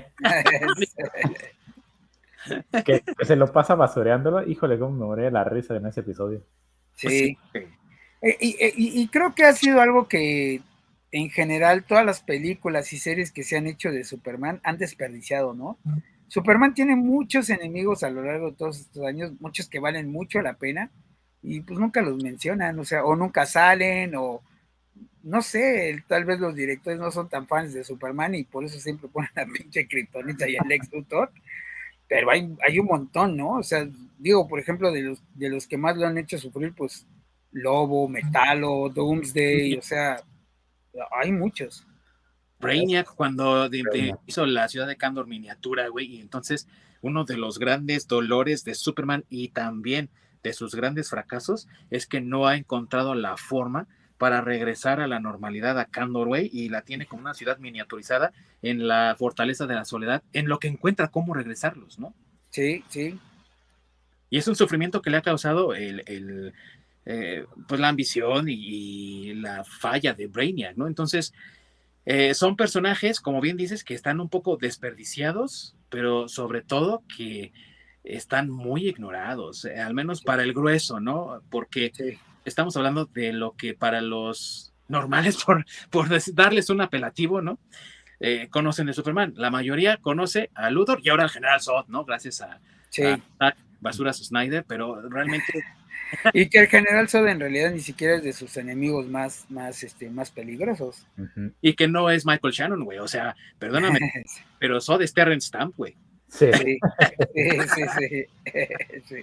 que se lo pasa basureándolo. Híjole, cómo me morí de la risa en ese episodio. Sí, Sí. Y creo que ha sido algo que en general todas las películas y series que se han hecho de Superman han desperdiciado, ¿no? Superman tiene muchos enemigos a lo largo de todos estos años, muchos que valen mucho la pena y pues nunca los mencionan, o sea, o nunca salen, o no sé, tal vez los directores no son tan fans de Superman y por eso siempre ponen a pinche Kryptonita y a Lex Luthor, pero hay un montón, ¿no? O sea, digo, por ejemplo, de los que más lo han hecho sufrir, pues Lobo, Metalo, Doomsday, o sea, hay muchos. Brainiac cuando Reina. hizo la ciudad de Kandor miniatura, güey, y entonces uno de los grandes dolores de Superman y también de sus grandes fracasos es que no ha encontrado la forma para regresar a la normalidad a Kandor, güey, y la tiene como una ciudad miniaturizada en la fortaleza de la soledad, en lo que encuentra cómo regresarlos, ¿no? Sí, sí. Y es un sufrimiento que le ha causado pues la ambición y la falla de Brainiac, ¿no? Entonces, son personajes, como bien dices, que están un poco desperdiciados, pero sobre todo que están muy ignorados, al menos Sí, para el grueso, ¿no? Porque sí. estamos hablando de lo que para los normales, por darles un apelativo, ¿no? Conocen de Superman. La mayoría conoce a Luthor y ahora al General Zod, ¿no? Gracias a Sí. Zack Basuras Snyder, pero realmente Y que el General Zod en realidad ni siquiera es de sus enemigos más peligrosos. Ujú. y que no es Michael Shannon, güey. O sea, perdóname, pero Zod es Terrence Stamp, güey. Sí, Sí, sí, sí, sí. Sí,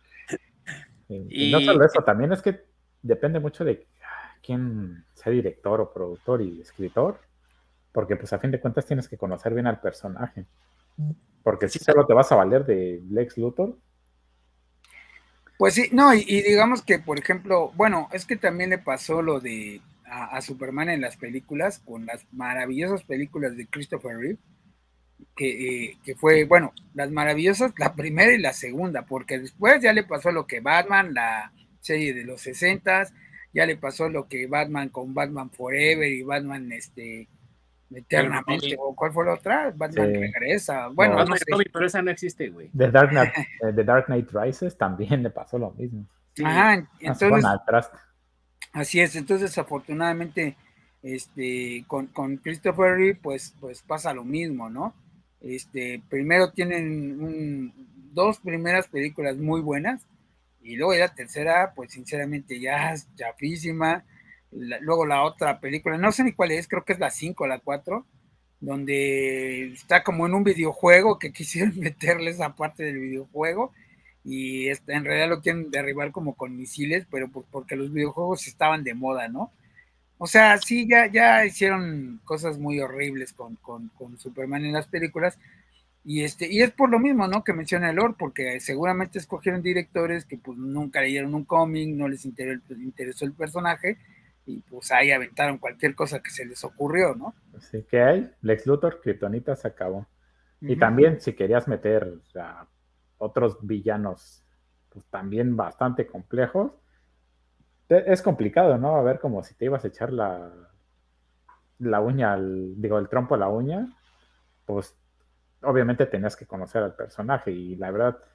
y no Y solo eso, también es que depende mucho de quién sea director o productor y escritor, porque pues a fin de cuentas tienes que conocer bien al personaje, porque sí, si solo te vas a valer de Lex Luthor. pues sí, no, y digamos que, por ejemplo, bueno, es que también le pasó lo de a Superman en las películas, con las maravillosas películas de Christopher Reeve, que fue, bueno, las maravillosas, la primera y la segunda, porque después ya le pasó lo que Batman, la serie de los 60, ya le pasó lo que Batman con Batman Forever y Batman con eternamente, Robin. o cuál fue la otra, Batman Sí, regresa, bueno, o no Batman y sé. Robin, pero esa no existe, güey. The Dark Knight Rises también le pasó lo mismo. Sí, Ajá, Ah, se fueron entonces, al traste. así es, entonces afortunadamente con Christopher Reeve pues pasa lo mismo, ¿no? Primero tienen dos primeras películas muy buenas y luego ya la tercera pues sinceramente ya es chafísima. Luego la otra película, no sé ni cuál es, creo que es la 5 o la 4 donde está como en un videojuego que quisieron meterle esa parte del videojuego y en realidad lo quieren derribar como con misiles, pero pues porque los videojuegos estaban de moda, ¿no? O sea, sí, ya hicieron cosas muy horribles con Superman en las películas, y es por lo mismo, ¿no? Que menciona el Lord, porque seguramente escogieron directores que pues nunca leyeron un cómic, no les interesó el personaje, y pues ahí aventaron cualquier cosa que se les ocurrió, ¿no? Así que hay, Lex Luthor, Kryptonita se acabó. Uh Y -huh. también si querías meter a otros villanos, pues también bastante complejos, es complicado, ¿no? A ver, como si te ibas a echar la uña, digo, el trompo a la uña, pues obviamente tenías que conocer al personaje y la verdad,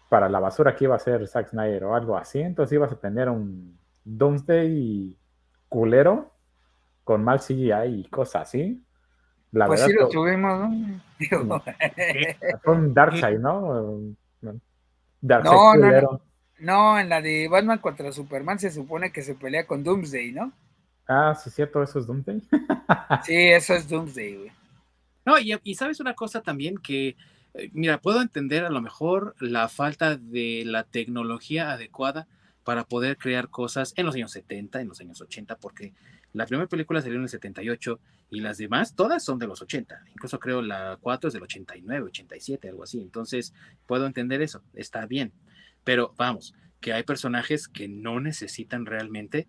para la basura que iba a hacer Zack Snyder o algo así. Entonces ibas a tener un Doomsday culero con mal CGI y cosas así. La Pues verdad, sí lo tuvimos, ¿no? Digo, fue un Darkseid, ¿no? Darkseid no, no, no. culero. No, en la de Batman contra Superman se supone que se pelea con Doomsday, ¿no? Ah, sí, es cierto, eso es Doomsday. Sí, eso es Doomsday, güey. No, y sabes una cosa también que, mira, puedo entender a lo mejor la falta de la tecnología adecuada para poder crear cosas en los años 70, en los años 80, porque la primera película salió en el 78 y las demás todas son de los 80. Incluso creo la 4 es del 89, 87, algo así. Entonces, puedo entender eso, está bien. Pero vamos, que hay personajes que no necesitan realmente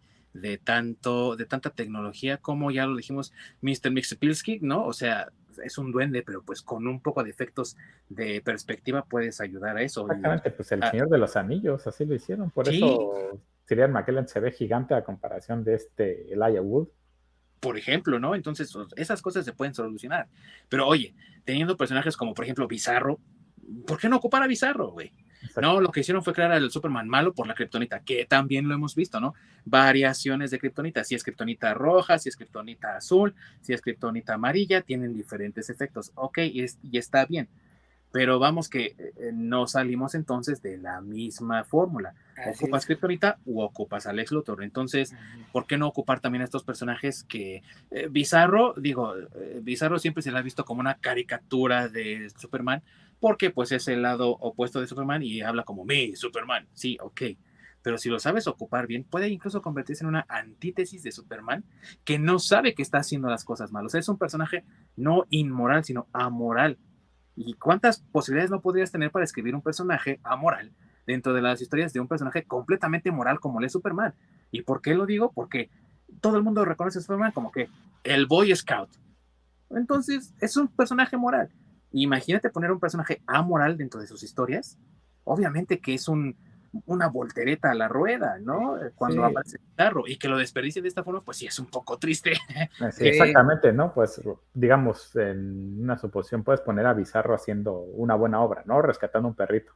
de tanta tecnología como ya lo dijimos, Mr. Mixpilski, ¿no? O sea, es un duende, pero pues con un poco de efectos de perspectiva puedes ayudar a eso. Exactamente, pues el Ah, Señor de los Anillos, así lo hicieron. Por sí, eso Cillian McKellen se ve gigante a comparación de Elijah Wood. por ejemplo, ¿no? Entonces, esas cosas se pueden solucionar. Pero oye, teniendo personajes como, por ejemplo, Bizarro, ¿por qué no ocupar a Bizarro, güey? No, lo que hicieron fue crear al Superman malo por la kriptonita, que también lo hemos visto, ¿no? Variaciones de kriptonita, si es kriptonita roja, si es kriptonita azul, si es kriptonita amarilla, tienen diferentes efectos. Ok, y está bien. Pero vamos que no salimos entonces de la misma fórmula. Así Ocupas es. Kryptonita o ocupas a Lex Luthor. Entonces, ¿por qué no ocupar también a estos personajes que Bizarro, digo, Bizarro siempre se le ha visto como una caricatura de Superman, porque pues es el lado opuesto de Superman y habla como mi Superman. Sí, ok. Pero si lo sabes ocupar bien, puede incluso convertirse en una antítesis de Superman que no sabe que está haciendo las cosas mal. O sea, es un personaje no inmoral, sino amoral. ¿Y cuántas posibilidades no podrías tener para escribir un personaje amoral dentro de las historias de un personaje completamente moral como es Superman? ¿Y por qué lo digo? Porque todo el mundo reconoce a Superman como que el Boy Scout. Entonces, es un personaje moral. Imagínate poner un personaje amoral dentro de sus historias. Obviamente que es una voltereta a la rueda, ¿no? Cuando Sí, aparece el carro y que lo desperdicie de esta forma, pues sí es un poco triste. sí, Sí, exactamente, ¿no? Pues digamos, en una suposición puedes poner a Bizarro haciendo una buena obra, ¿no? Rescatando un perrito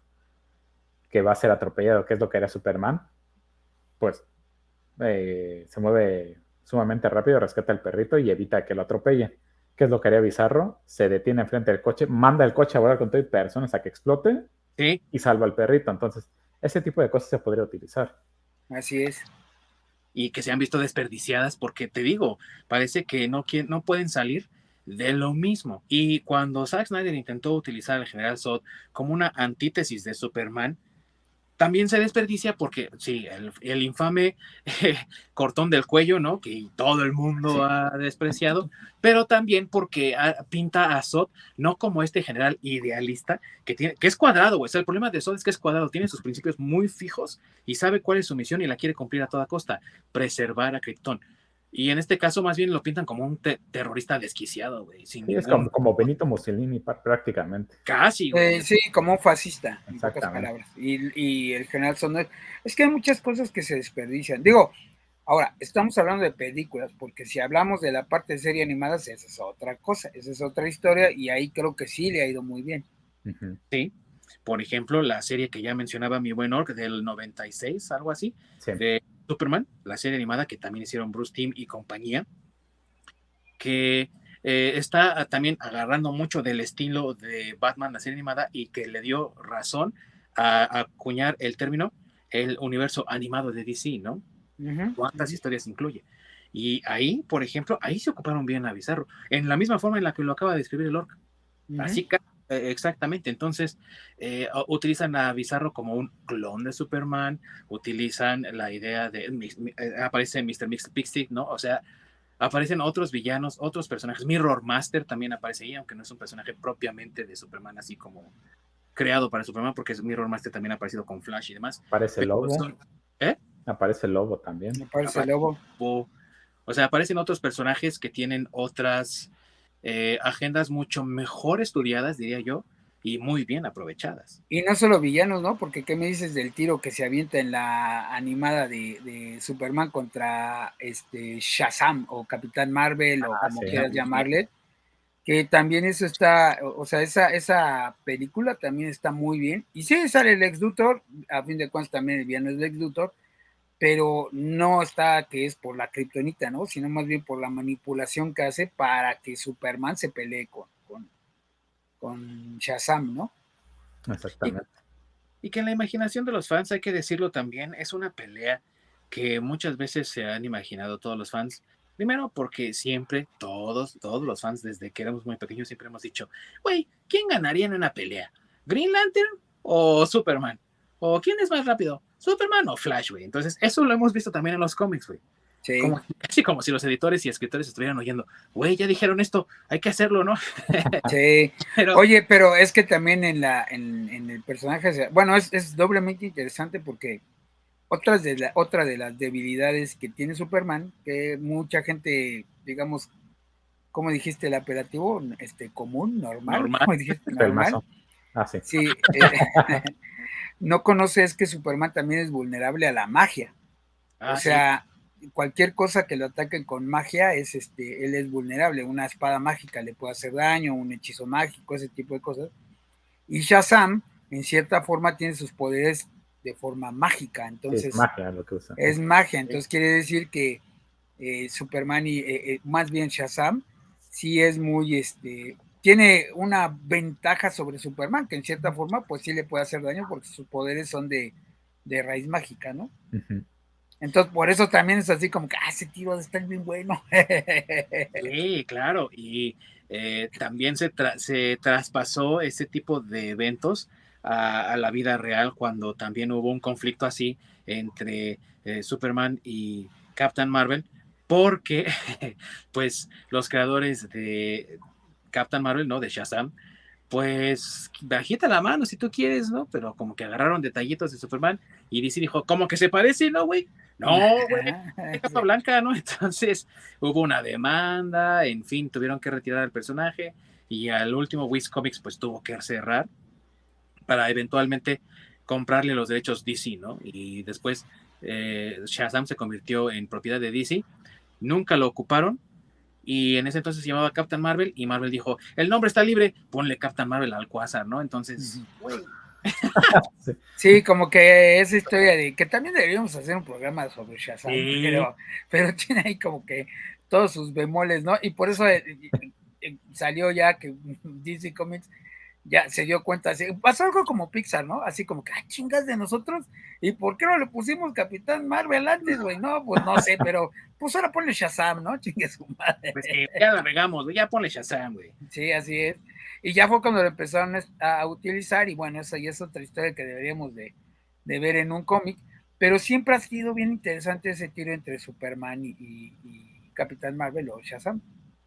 que va a ser atropellado, que es lo que era Superman. Pues se mueve sumamente rápido, rescata al perrito y evita que lo atropellen. ¿Qué es lo que haría Bizarro? Se detiene enfrente del coche, manda el coche a volar con todo y personas a que explote Sí, y salva al perrito. Entonces, ese tipo de cosas se podría utilizar. así es. y que se han visto desperdiciadas porque te digo, parece que no pueden salir de lo mismo. Y cuando Zack Snyder intentó utilizar al General Zod como una antítesis de Superman, también se desperdicia porque, sí, el infame cortón del cuello, ¿no? Que todo el mundo Sí. ha despreciado, pero también porque pinta a Zod no como este general idealista que es cuadrado, güey. O sea, el problema de Zod es que es cuadrado, tiene sus principios muy fijos y sabe cuál es su misión y la quiere cumplir a toda costa, preservar a Krypton. Y en este caso, más bien lo pintan como un terrorista desquiciado, güey, sin Sí, es ningún. como Benito Mussolini prácticamente. Casi, güey. Sí, como un fascista, en pocas Exactamente. palabras. Y el general Sonner. Es que hay muchas cosas que se desperdician. Digo, ahora, estamos hablando de películas, porque si hablamos de la parte de serie animada, esa es otra cosa, esa es otra historia, y ahí creo que sí le ha ido muy bien. Uh-huh. Sí, por ejemplo, la serie que ya mencionaba mi buen Orc del 96, algo así, Sí. de Superman, la serie animada que también hicieron Bruce Timm y compañía, que está también agarrando mucho del estilo de Batman, la serie animada, y que le dio razón a acuñar el término el universo animado de DC, ¿no? Uh-huh, ¿Cuántas uh-huh. historias incluye? Y ahí, por ejemplo, ahí se ocuparon bien a Bizarro, en la misma forma en la que lo acaba de escribir el Orc. Uh-huh. Así que, exactamente. Entonces, utilizan a Bizarro como un clon de Superman, utilizan la idea de, aparece Mr. Pixie, ¿no? O sea, aparecen otros villanos, otros personajes. Mirror Master también aparece ahí, aunque no es un personaje propiamente de Superman, así como creado para Superman, porque Mirror Master también ha aparecido con Flash y demás. Aparece el Pero lobo. son, ¿eh? Aparece el lobo también. Me parece Aparece, lobo. o sea, aparecen otros personajes que tienen otras agendas mucho mejor estudiadas, diría yo, y muy bien aprovechadas. Y no solo villanos, ¿no? Porque ¿qué me dices del tiro que se avienta en la animada de Superman contra Shazam o Capitán Marvel o como Sí. quieras llamarle? que también eso está, o sea, esa película también está muy bien. Y sí, sale el Lex Luthor, a fin de cuentas también el villano es Lex Luthor, pero no está que es por la kriptonita, ¿no? Sino más bien por la manipulación que hace para que Superman se pelee con Shazam, ¿no? Y, Exactamente. y que en la imaginación de los fans, hay que decirlo también, es una pelea que muchas veces se han imaginado todos los fans. Primero porque siempre, todos los fans, desde que éramos muy pequeños, siempre hemos dicho, güey, ¿quién ganaría en una pelea? ¿Green Lantern o Superman? ¿O quién es más rápido? ¿Superman o Flash, güey? Entonces, eso lo hemos visto también en los cómics, güey. Sí. Casi como si los editores y escritores estuvieran oyendo, güey, ya dijeron esto, hay que hacerlo, ¿no? Sí. Pero, Oye, pero es que también en el personaje, bueno, es doblemente interesante porque otra de las debilidades que tiene Superman, que mucha gente, digamos, como dijiste, el apelativo, común, normal, normal. como dijiste, El normal. mazo. Ah, sí. Sí, no conoces que Superman también es vulnerable a la magia. O Sí. sea, cualquier cosa que lo ataquen con magia él es vulnerable. Una espada mágica le puede hacer daño, un hechizo mágico, ese tipo de cosas. Y Shazam, en cierta forma, tiene sus poderes de forma mágica. Sí, es Entonces, magia lo que usa. es magia. Entonces, quiere decir que Superman y más bien Shazam, sí es muy, tiene una ventaja sobre Superman, que en cierta forma, pues sí le puede hacer daño porque sus poderes son de raíz mágica, ¿no? Ujú. Entonces, por eso también es así como que, ese tiro está bien bueno. Sí, claro, y también se traspasó ese tipo de eventos a la vida real cuando también hubo un conflicto así entre Superman y Captain Marvel, porque pues los creadores de Captain Marvel, ¿no? De Shazam, pues bajita la mano si tú quieres, ¿no? Pero como que agarraron detallitos de Superman y DC dijo, como que se parece, ¿no, güey? No, güey, de capa blanca, ¿no? Entonces hubo una demanda, en fin, tuvieron que retirar al personaje y al último Wiz Comics pues tuvo que cerrar para eventualmente comprarle los derechos DC, ¿no? Y después Shazam se convirtió en propiedad de DC, nunca lo ocuparon y en ese entonces se llamaba Captain Marvel y Marvel dijo, el nombre está libre, ponle Captain Marvel al Quasar, ¿no? Entonces, güey. Sí. Sí, como que esa historia de que también deberíamos hacer un programa sobre Shazam, Sí. pero tiene ahí como que todos sus bemoles, ¿no? Y por eso salió ya que DC Comics ya se dio cuenta, así, pasó algo como Pixar, ¿no? Así como que, chingas de nosotros, ¿y por qué no le pusimos Capitán Marvel antes, güey? No, pues no sé, pero pues ahora ponle Shazam, ¿no? Chingue su madre. Pues que ya la regamos, güey, ya ponle Shazam, güey. Sí, así es. Y ya fue cuando lo empezaron a utilizar, y bueno, esa ya es otra historia que deberíamos de ver en un cómic, pero siempre ha sido bien interesante ese tiro entre Superman y Capitán Marvel o Shazam.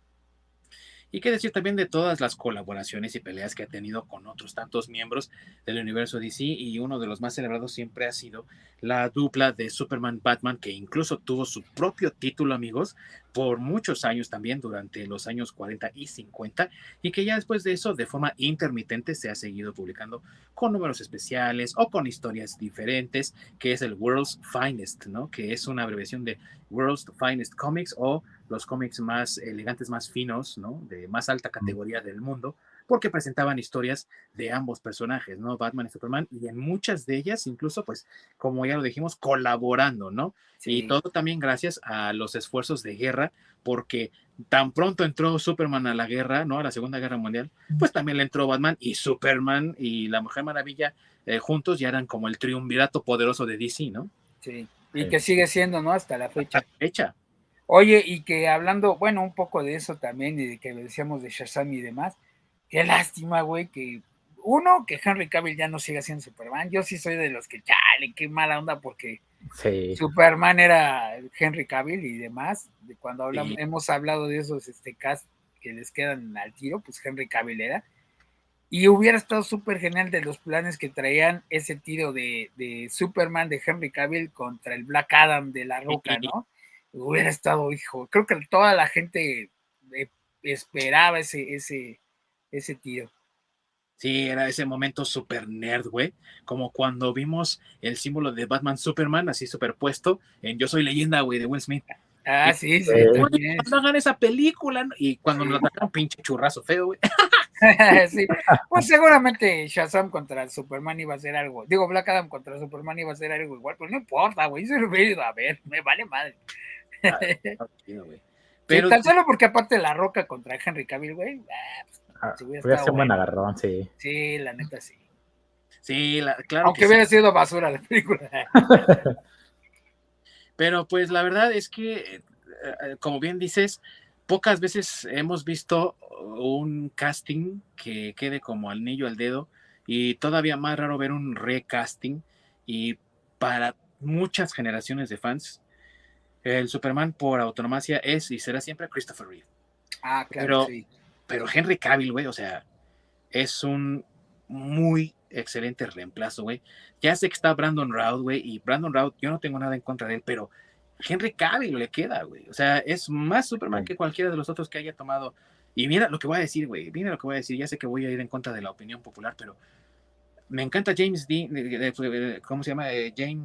Y qué decir también de todas las colaboraciones y peleas que ha tenido con otros tantos miembros del universo DC, y uno de los más celebrados siempre ha sido la dupla de Superman-Batman, que incluso tuvo su propio título, amigos, por muchos años también, durante los años 40 y 50, y que ya después de eso, de forma intermitente, se ha seguido publicando con números especiales o con historias diferentes, que es el World's Finest, ¿no? Que es una abreviación de World's Finest Comics, o los cómics más elegantes, más finos, ¿no? De más alta categoría del mundo, porque presentaban historias de ambos personajes, ¿no? Batman y Superman, y en muchas de ellas, incluso, pues, como ya lo dijimos, colaborando, ¿no? Y Sí. todo también gracias a los esfuerzos de guerra, porque tan pronto entró Superman a la guerra, ¿no? A la Segunda Guerra Mundial, pues también le entró Batman y Superman y la Mujer Maravilla juntos ya eran como el triunvirato poderoso de DC, ¿no? Sí, y Sí. que sigue siendo, ¿no? Hasta la Hasta fecha. la fecha. Oye, y que hablando, bueno, un poco de eso también, y de que decíamos de Shazam y demás, qué lástima, güey, que uno, que Henry Cavill ya no siga siendo Superman. Yo sí soy de los que, chale, qué mala onda, porque Sí. Superman era Henry Cavill y demás. De cuando hablamos, Sí. hemos hablado de esos cast que les quedan al tiro, pues Henry Cavill era. Y hubiera estado súper genial de los planes que traían ese tiro de Superman de Henry Cavill contra el Black Adam de La Roca, ¿no? Hubiera estado, hijo, creo que toda la gente esperaba ese tiro. Sí, era ese momento super nerd, güey. Como cuando vimos el símbolo de Batman Superman así superpuesto en Yo Soy Leyenda, güey, de Will Smith. Ah, Y, sí, Eh, también. cuando hagan esa película, ¿no? Y cuando nos atacan, pinche churrazo feo, güey. Sí, pues seguramente Shazam contra Superman iba a ser algo. Digo, Black Adam contra Superman iba a ser algo igual, pues no importa, güey. Eso lo hubiera ido a ver, me vale madre. Güey. Sí, Pero tan solo porque aparte La Roca contra Henry Cavill, güey, pues, hubiera Hubiera estado sido un buen bueno. agarrón, sí. Sí, la neta sí. sí, claro que Aunque sí. hubiera sido basura la película. Pero pues la verdad es que, como bien dices, pocas veces hemos visto un casting que quede como anillo al dedo y todavía más raro ver un recasting y para muchas generaciones de fans, el Superman por autonomía es y será siempre Christopher Reeve. Ah, claro, Pero, sí. pero Henry Cavill, güey, o sea, es un muy excelente reemplazo, güey. Ya sé que está Brandon Routh, güey, y Brandon Routh, yo no tengo nada en contra de él, pero Henry Cavill le queda, güey. O sea, es más Superman que cualquiera de los otros que haya tomado. Y mira lo que voy a decir, güey. Mira lo que voy a decir. Ya sé que voy a ir en contra de la opinión popular, pero me encanta James Dean, ¿cómo se llama?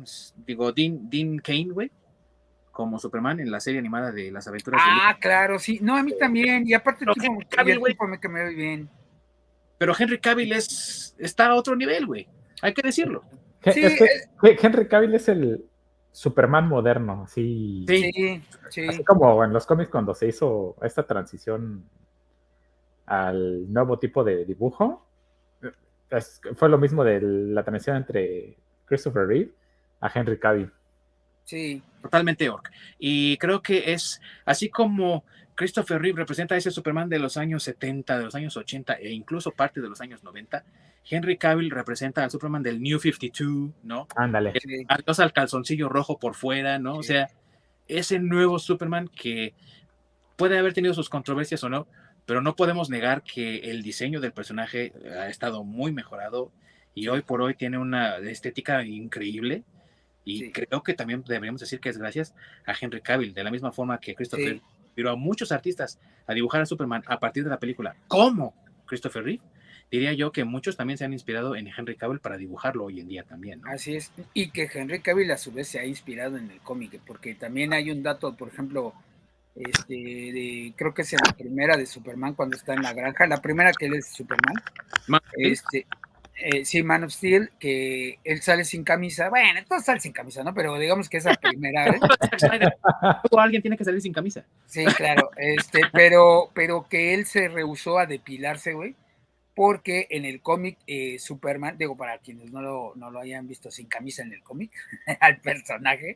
Dean Cain, güey, como Superman en la serie animada de las aventuras de Luke. Ah, claro, sí. No, a mí también. Y aparte Pero tipo, Henry y Cavill, el güey, tipo me quedó muy bien. pero Henry Cavill está a otro nivel, güey. Hay que decirlo. Sí, Es que Henry Cavill es el Superman moderno, así, Sí, sí, así sí. como en los cómics cuando se hizo esta transición al nuevo tipo de dibujo. Fue lo mismo de la transición entre Christopher Reeve a Henry Cavill. Sí, totalmente orc. Y creo que es así como Christopher Reeve representa a ese Superman de los años 70, de los años 80 e incluso parte de los años 90. Henry Cavill representa al Superman del New 52, ¿no? Ándale. sí, Adiós al calzoncillo rojo por fuera, ¿no? O sí. sea, ese nuevo Superman que puede haber tenido sus controversias o no, pero no podemos negar que el diseño del personaje ha estado muy mejorado y Sí. hoy por hoy tiene una estética increíble. Y Sí, creo que también deberíamos decir que es gracias a Henry Cavill, de la misma forma que Christopher sí. Reeve inspiró a muchos artistas a dibujar a Superman a partir de la película, como Christopher Reeve. Diría yo que muchos también se han inspirado en Henry Cavill para dibujarlo hoy en día también, ¿no? Así es. Y que Henry Cavill a su vez se ha inspirado en el cómic, porque también hay un dato, por ejemplo, creo que es en la primera de Superman cuando está en la granja, la primera que él es Superman, Man of Steel. Sí, Man of Steel, que él sale sin camisa, bueno, todos salen sin camisa, ¿no? Pero digamos que esa primera vez, Alguien tiene que salir sin camisa. sí, claro, pero que él se rehusó a depilarse, güey, porque en el cómic Superman, digo, para quienes no lo hayan visto sin camisa en el cómic, al personaje,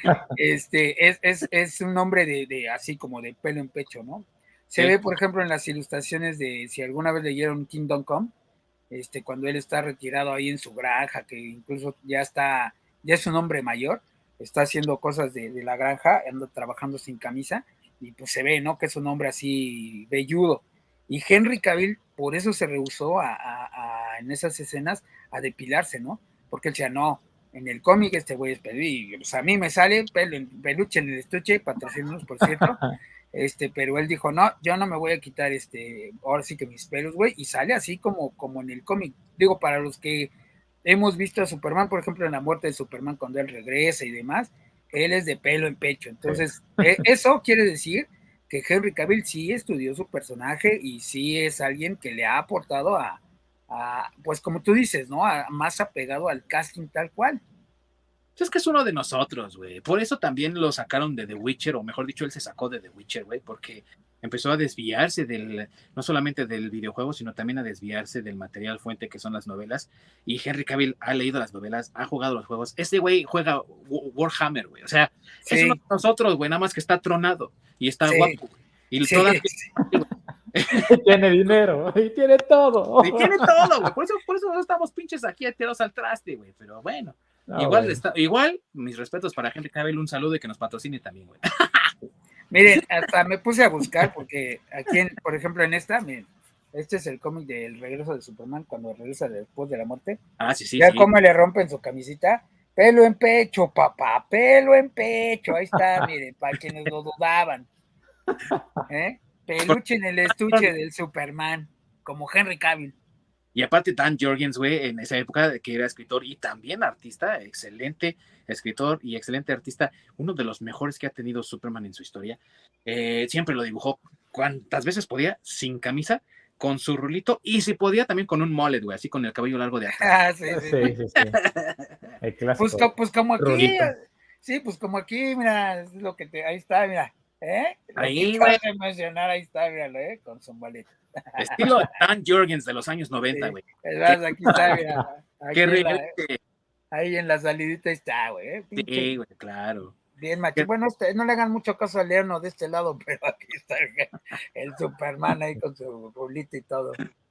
es un hombre de así como de pelo en pecho, ¿no? Se Sí. ve, por ejemplo, en las ilustraciones de, si alguna vez leyeron Kingdom Come, cuando él está retirado ahí en su granja, que incluso ya es un hombre mayor, está haciendo cosas de la granja, anda trabajando sin camisa, y pues se ve, ¿no? Que es un hombre así velludo. Y Henry Cavill por eso se rehusó en esas escenas a depilarse, ¿no? Porque él decía, no, en el cómic este güey es peludo, pues a mí me sale peluche en el estuche, patrocínanos, por cierto, pero él dijo, no, yo no me voy a quitar ahora sí que mis pelos, güey, y sale así como en el cómic. Digo, para los que hemos visto a Superman, por ejemplo, en la muerte de Superman, cuando él regresa y demás, él es de pelo en pecho. Entonces, eso quiere decir que Henry Cavill sí estudió su personaje y sí es alguien que le ha aportado pues como tú dices, ¿no? Más apegado al casting tal cual. Es que es uno de nosotros, güey. Por eso también lo sacaron de The Witcher, o mejor dicho, él se sacó de The Witcher, güey, porque empezó a desviarse no solamente del videojuego, sino también a desviarse del material fuente que son las novelas. Y Henry Cavill ha leído las novelas, ha jugado los juegos. Este güey juega Warhammer, güey. O sea, Sí, es uno de nosotros, güey, nada más que está tronado y está sí, guapo, güey. Y sí, todavía Y tiene dinero, y tiene todo. y tiene todo, güey. Por eso no estamos pinches aquí tirados al traste, güey. Pero bueno. No, Igual, mis respetos para Henry Cavill, un saludo y que nos patrocine también, güey. Miren, hasta me puse a buscar porque aquí, por ejemplo, miren, este es el cómic del regreso de Superman cuando regresa después de la muerte. Ah, sí, sí, Ya sí. cómo le rompen su camisita. Pelo en pecho, papá, pelo en pecho. Ahí está, miren, para quienes lo dudaban. Peluche en el estuche del Superman, como Henry Cavill. Y aparte Dan Jorgens, güey, en esa época que era escritor y también artista, excelente, escritor y excelente artista, uno de los mejores que ha tenido Superman en su historia. Siempre lo dibujó cuantas veces podía, sin camisa, con su rulito, y si podía también con un mullet, güey, así con el cabello largo de atrás. Sí. El clásico. Pues como aquí, rulito. sí, pues como aquí, mira, es lo que ahí está, mira, lo ahí, que güey. acabas de mencionar, ahí está, míralo, con su maleta. Estilo Dan Jurgens de los años 90, güey. Aquí está, mira, Que regrese. ahí en la salidita está, güey. Sí, güey, claro. Bien macho. Bueno, no le hagan mucho caso a Leerno de este lado, pero aquí está el Superman ahí con su rulito y todo.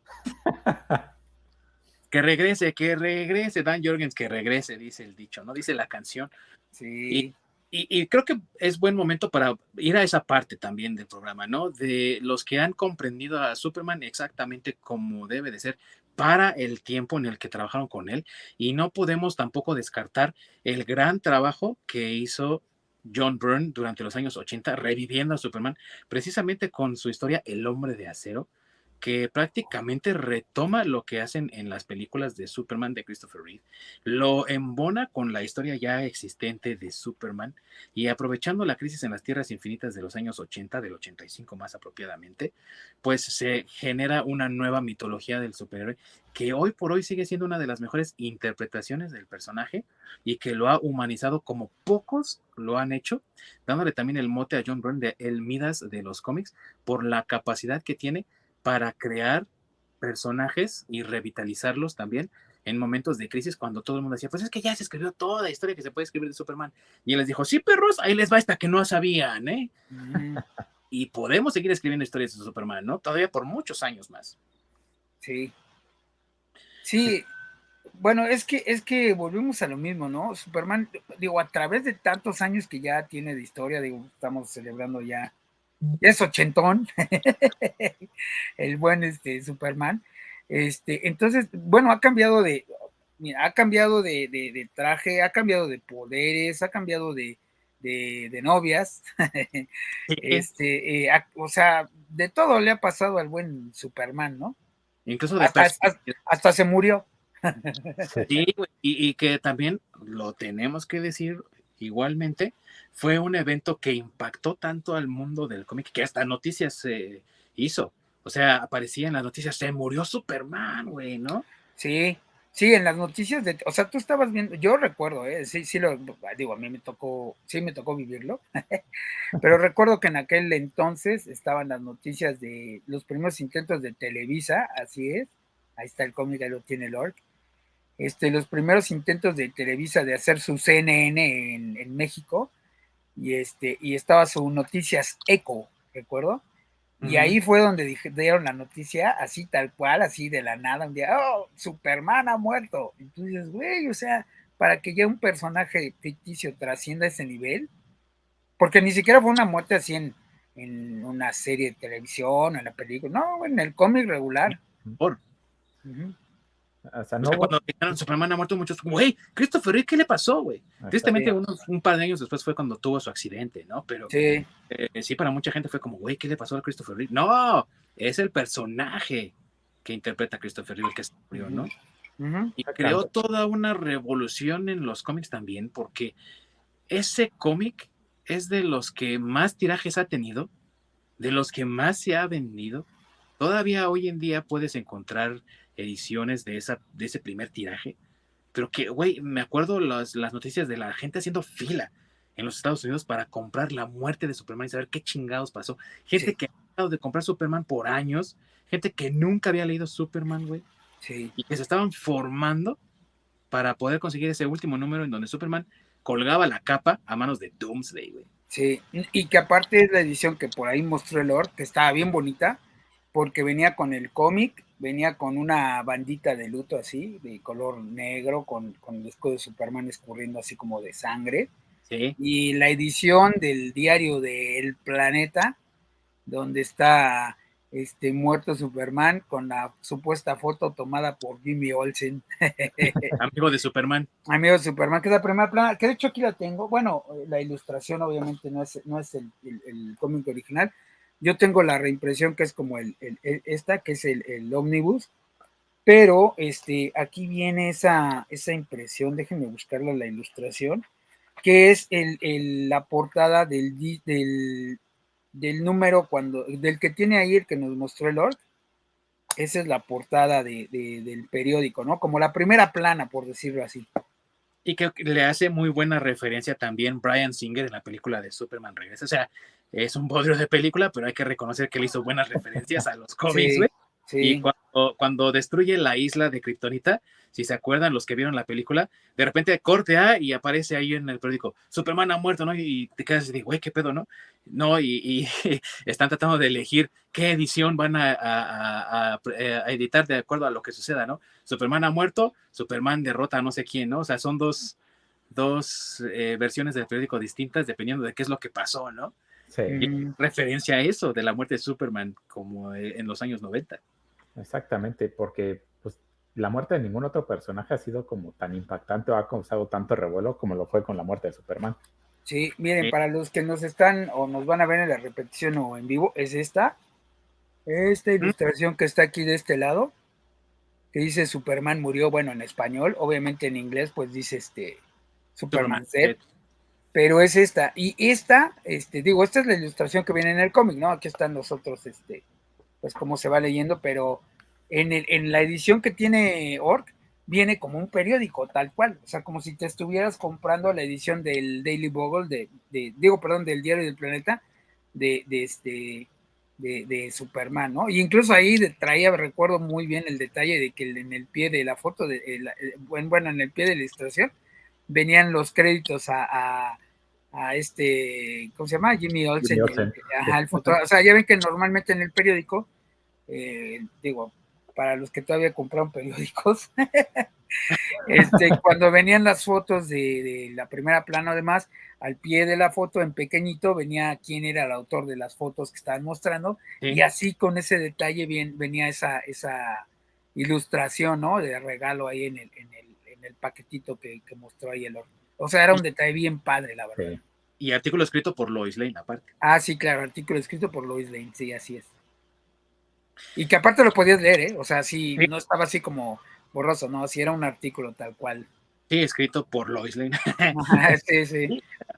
Que regrese, Dan Jurgens, que regrese, dice el dicho, ¿no? Dice la canción. Sí. Y creo que es buen momento para ir a esa parte también del programa, ¿no? De los que han comprendido a Superman exactamente como debe de ser para el tiempo en el que trabajaron con él. Y no podemos tampoco descartar el gran trabajo que hizo John Byrne durante los años 80, reviviendo a Superman, precisamente con su historia El Hombre de Acero, que prácticamente retoma lo que hacen en las películas de Superman de Christopher Reeve, lo embona con la historia ya existente de Superman, y aprovechando la crisis en las Tierras Infinitas de los años 80, del 85 más apropiadamente, pues se genera una nueva mitología del superhéroe que hoy por hoy sigue siendo una de las mejores interpretaciones del personaje y que lo ha humanizado como pocos lo han hecho, dándole también el mote a John Byrne de el Midas de los cómics por la capacidad que tiene para crear personajes y revitalizarlos también en momentos de crisis, cuando todo el mundo decía, pues es que ya se escribió toda la historia que se puede escribir de Superman. Y él les dijo, sí, perros, ahí les va esta que no sabían, ¿eh? Y podemos seguir escribiendo historias de Superman, ¿no? Todavía por muchos años más. Sí. Sí, bueno, es que volvemos a lo mismo, ¿no? Superman, digo, a través de tantos años que ya tiene de historia, digo, estamos celebrando ya es ochentón, el buen Superman. Entonces, bueno, ha cambiado de traje, ha cambiado de poderes, ha cambiado de novias. O sea, de todo le ha pasado al buen Superman, ¿no? Incluso de hasta se murió. Sí, y que también lo tenemos que decir igualmente, fue un evento que impactó tanto al mundo del cómic que hasta noticias se hizo. O sea, aparecía en las noticias, se murió Superman, güey, ¿no? Sí, en las noticias o sea, tú estabas viendo, yo recuerdo, sí lo digo, a mí me tocó vivirlo, pero recuerdo que en aquel entonces estaban las noticias de los primeros intentos de Televisa, así es, ahí está el cómic, ahí lo tiene Lord, los primeros intentos de Televisa de hacer su CNN en México, y estaba su Noticias Eco, recuerdo, y ahí fue donde dieron la noticia, así tal cual, así de la nada, un día, oh, Superman ha muerto. Entonces, güey, o sea, para que ya un personaje ficticio trascienda ese nivel, porque ni siquiera fue una muerte así en una serie de televisión, en la película, no, en el cómic regular. O sea, no cuando dijeron Superman ha muerto, muchos, güey, Christopher Reeve, ¿qué le pasó, güey? Tristemente, un par de años después fue cuando tuvo su accidente, ¿no? Pero sí, para mucha gente fue como, güey, ¿qué le pasó a Christopher Reeve? No, es el personaje que interpreta a Christopher Reeve el que se murió, ¿no? Y creó toda una revolución en los cómics también, porque ese cómic es de los que más tirajes ha tenido, de los que más se ha vendido. Todavía hoy en día puedes encontrar ediciones de ese primer tiraje, pero que, güey, me acuerdo las noticias de la gente haciendo fila en los Estados Unidos para comprar la muerte de Superman y saber qué chingados pasó. Gente que ha tratado de comprar Superman por años, gente que nunca había leído Superman, güey, y que se estaban formando para poder conseguir ese último número en donde Superman colgaba la capa a manos de Doomsday, güey. Sí, y que aparte es la edición que por ahí mostró el Lord, que estaba bien bonita, porque venía con el cómic, venía con una bandita de luto así, de color negro, con el escudo de Superman escurriendo así como de sangre. Sí. Y la edición del diario del Planeta, donde está muerto Superman con la supuesta foto tomada por Jimmy Olsen. Amigo de Superman. Amigo de Superman, que es la primera plana, que de hecho aquí la tengo. Bueno, la ilustración obviamente no es el cómic original. Yo tengo la reimpresión que es como esta, que es el ómnibus, pero aquí viene esa impresión, déjenme buscarla, la ilustración, que es la portada del número del que tiene ahí el que nos mostró el Lord. Esa es la portada del periódico, ¿no? Como la primera plana, por decirlo así. Y que le hace muy buena referencia también Bryan Singer en la película de Superman Regresa. O sea, es un bodrio de película, pero hay que reconocer que le hizo buenas referencias a los cómics, güey. Sí. Y cuando destruye la isla de Kryptonita, si se acuerdan los que vieron la película, de repente corte A y aparece ahí en el periódico, Superman ha muerto, ¿no? Y te quedas de, güey, ¿qué pedo, no? No, y están tratando de elegir qué edición van a editar de acuerdo a lo que suceda, ¿no? Superman ha muerto, Superman derrota a no sé quién, ¿no? O sea, son dos versiones del periódico distintas dependiendo de qué es lo que pasó, ¿no? Sí. Y referencia a eso, de la muerte de Superman, como en los años 90. Exactamente, porque pues, la muerte de ningún otro personaje ha sido como tan impactante o ha causado tanto revuelo como lo fue con la muerte de Superman. Sí, miren, para los que nos están o nos van a ver en la repetición o en vivo, es esta ilustración que está aquí de este lado, que dice Superman murió, bueno, en español, obviamente en inglés pues dice Superman Dead, pero es esta, y esta es la ilustración que viene en el cómic, ¿no? Aquí están los otros, pues cómo se va leyendo, pero en la edición que tiene Orc, viene como un periódico, tal cual, o sea, como si te estuvieras comprando la edición del Daily Bugle, del Diario del Planeta, de Superman, ¿no? Y incluso ahí recuerdo muy bien el detalle de que en el pie de la foto, bueno, en el pie de la ilustración, venían los créditos a ¿cómo se llama? Jimmy Olsen, el fotógrafo. O sea, ya ven que normalmente en el periódico, para los que todavía compraron periódicos, cuando venían las fotos de la primera plana, además, al pie de la foto en pequeñito venía quién era el autor de las fotos que estaban mostrando, sí. Y así con ese detalle venía esa ilustración, ¿no? De regalo ahí en el paquetito que mostró ahí el horno. O sea, era un detalle bien padre, la verdad. Sí. Y artículo escrito por Lois Lane, aparte. Ah, sí, claro, artículo escrito por Lois Lane, sí, así es. Y que aparte lo podías leer, o sea, sí, no estaba así como borroso, no, sí era un artículo tal cual. Sí, escrito por Lois Lane. Sí.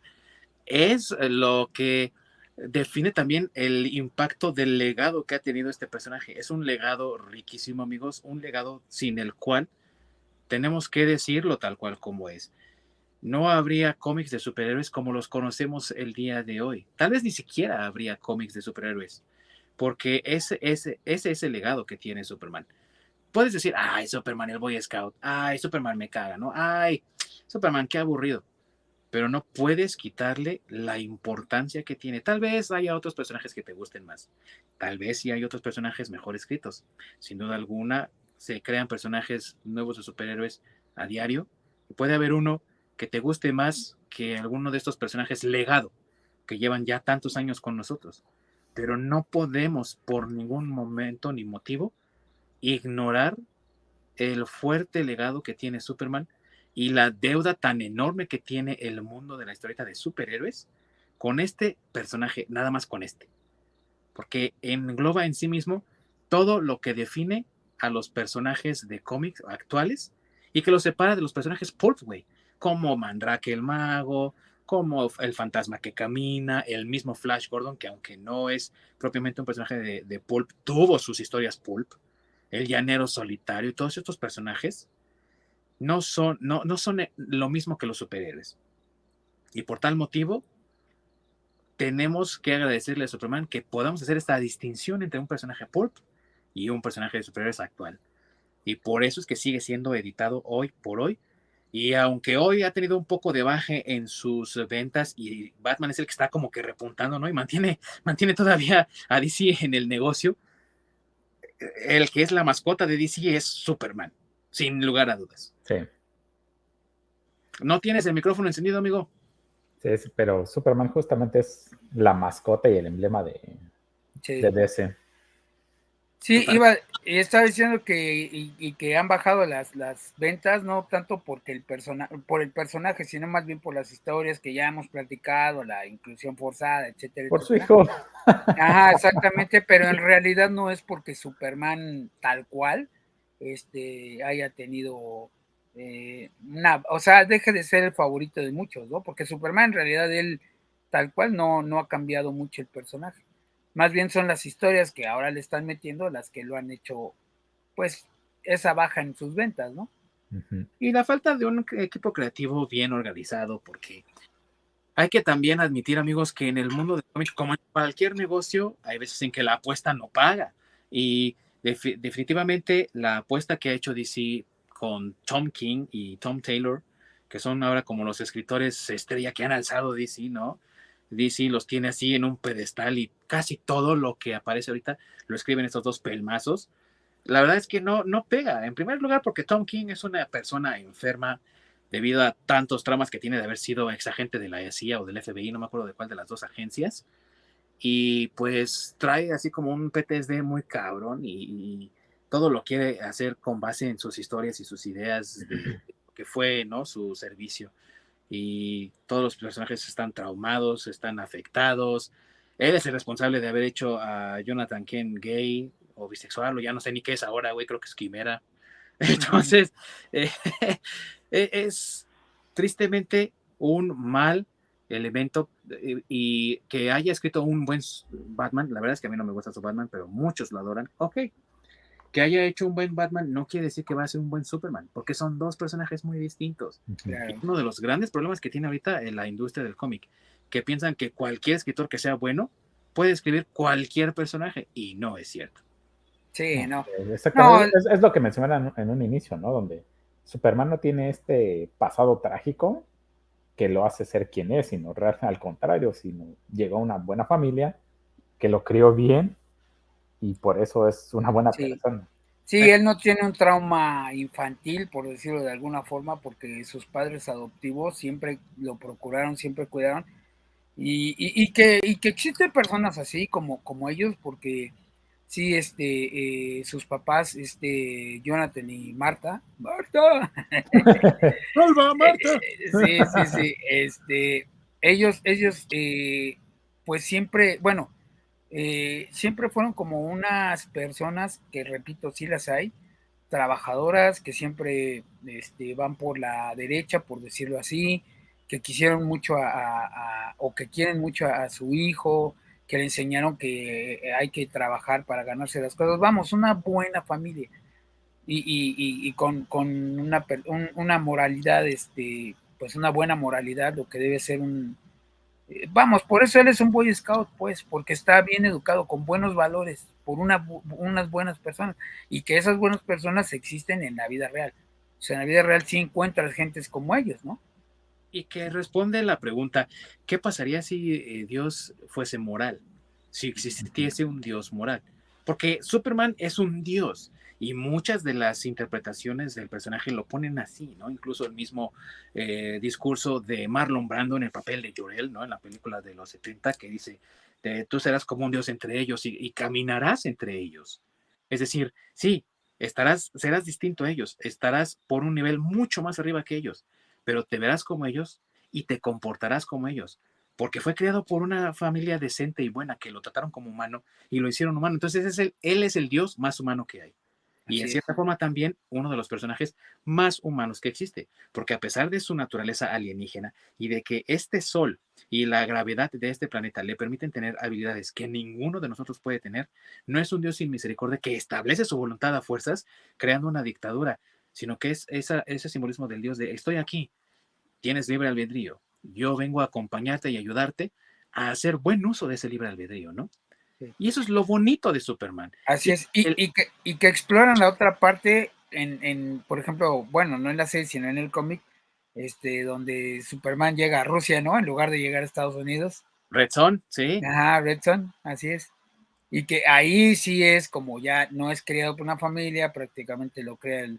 Es lo que define también el impacto del legado que ha tenido este personaje. Es un legado riquísimo, amigos, un legado sin el cual tenemos que decirlo tal cual como es. No habría cómics de superhéroes como los conocemos el día de hoy. Tal vez ni siquiera habría cómics de superhéroes, porque ese es el legado que tiene Superman. Puedes decir, ay, Superman, el Boy Scout, ay, Superman me caga, ¿no? Ay, Superman, qué aburrido. Pero no puedes quitarle la importancia que tiene. Tal vez haya otros personajes que te gusten más. Tal vez sí hay otros personajes mejor escritos. Sin duda alguna, se crean personajes nuevos de superhéroes a diario. Y puede haber uno que te guste más que alguno de estos personajes legado, que llevan ya tantos años con nosotros. Pero no podemos por ningún momento ni motivo ignorar el fuerte legado que tiene Superman y la deuda tan enorme que tiene el mundo de la historieta de superhéroes con este personaje, nada más con porque engloba en sí mismo todo lo que define a los personajes de cómics actuales y que los separa de los personajes pulp, güey, como Mandrake el mago, como el fantasma que camina, el mismo Flash Gordon, que aunque no es propiamente un personaje de pulp, tuvo sus historias pulp, el llanero solitario, y todos estos personajes no son lo mismo que los superhéroes. Y por tal motivo, tenemos que agradecerle a Superman que podamos hacer esta distinción entre un personaje pulp y un personaje de superhéroes actual. Y por eso es que sigue siendo editado hoy por hoy. Y aunque hoy ha tenido un poco de baje en sus ventas y Batman es el que está como que repuntando, ¿no? Y mantiene todavía a DC en el negocio, el que es la mascota de DC es Superman, sin lugar a dudas. Sí. ¿No tienes el micrófono encendido, amigo? Sí, pero Superman justamente es la mascota y el emblema de DC. Sí, estaba diciendo que han bajado las ventas, no tanto porque por el personaje, sino más bien por las historias que ya hemos platicado, la inclusión forzada, etcétera. Por su hijo. Ajá, exactamente, pero en realidad no es porque Superman tal cual haya tenido o sea, deje de ser el favorito de muchos, ¿no? Porque Superman en realidad él tal cual no ha cambiado mucho el personaje. Más bien son las historias que ahora le están metiendo las que lo han hecho, pues, esa baja en sus ventas, ¿no? Y la falta de un equipo creativo bien organizado, porque hay que también admitir, amigos, que en el mundo del cómic, como en cualquier negocio, hay veces en que la apuesta no paga. Y definitivamente la apuesta que ha hecho DC con Tom King y Tom Taylor, que son ahora como los escritores estrella que han alzado DC, ¿no? DC los tiene así en un pedestal y casi todo lo que aparece ahorita lo escriben estos dos pelmazos. La verdad es que no pega. En primer lugar, porque Tom King es una persona enferma debido a tantos tramas que tiene de haber sido exagente de la CIA o del FBI, no me acuerdo de cuál de las dos agencias. Y pues trae así como un PTSD muy cabrón y todo lo quiere hacer con base en sus historias y sus ideas de lo que fue, ¿no? Su servicio. Y todos los personajes están traumados, están afectados. Él es el responsable de haber hecho a Jonathan Kent gay o bisexual, o ya no sé ni qué es ahora, güey, creo que es quimera. Entonces, es tristemente un mal elemento y que haya escrito un buen Batman, la verdad es que a mí no me gusta su Batman, pero muchos lo adoran, ok, que haya hecho un buen Batman no quiere decir que va a ser un buen Superman, porque son dos personajes muy distintos. Claro. Y uno de los grandes problemas que tiene ahorita en la industria del cómic, que piensan que cualquier escritor que sea bueno puede escribir cualquier personaje, y no es cierto. Sí, no. Exactamente, es lo que mencionaban en un inicio, ¿no? Donde Superman no tiene este pasado trágico que lo hace ser quien es, sino al contrario, sino llegó a una buena familia que lo crió bien y por eso es una buena persona. Sí, él no tiene un trauma infantil, por decirlo de alguna forma, porque sus padres adoptivos siempre lo procuraron, siempre cuidaron, y que existen personas así como ellos, porque sí, sus papás, Jonathan y Marta, ¡Salva, Marta! sí, ellos, pues siempre, bueno, siempre fueron como unas personas que, repito, sí las hay, trabajadoras, que siempre van por la derecha, por decirlo así, que quisieron mucho o que quieren mucho a su hijo, que le enseñaron que hay que trabajar para ganarse las cosas. Vamos, una buena familia y con una moralidad, pues una buena moralidad, lo que debe ser vamos, por eso él es un Boy Scout, pues, porque está bien educado, con buenos valores, por unas buenas personas, y que esas buenas personas existen en la vida real. O sea, en la vida real sí encuentras gentes como ellos, ¿no? Y que responde la pregunta, ¿qué pasaría si Dios fuese moral? Si existiese un Dios moral. Porque Superman es un Dios y muchas de las interpretaciones del personaje lo ponen así, ¿no? Incluso el mismo discurso de Marlon Brando en el papel de Jor-El, ¿no? En la película de los 70 que dice, tú serás como un Dios entre ellos y caminarás entre ellos. Es decir, sí, serás distinto a ellos, estarás por un nivel mucho más arriba que ellos, pero te verás como ellos y te comportarás como ellos, porque fue creado por una familia decente y buena que lo trataron como humano y lo hicieron humano. Entonces él es el Dios más humano que hay. Y en cierta forma también uno de los personajes más humanos que existe, porque a pesar de su naturaleza alienígena y de que este sol y la gravedad de este planeta le permiten tener habilidades que ninguno de nosotros puede tener, no es un Dios sin misericordia que establece su voluntad a fuerzas creando una dictadura, sino que es ese simbolismo del Dios de estoy aquí, tienes libre albedrío, yo vengo a acompañarte y ayudarte a hacer buen uso de ese libre albedrío, ¿no? Sí. Y eso es lo bonito de Superman. Así es, y que exploran la otra parte por ejemplo, bueno, no en la serie, sino en el cómic, donde Superman llega a Rusia, ¿no? En lugar de llegar a Estados Unidos. Red Son, sí. Ajá, Red Son, así es. Y que ahí sí es como ya no es criado por una familia, prácticamente lo crea el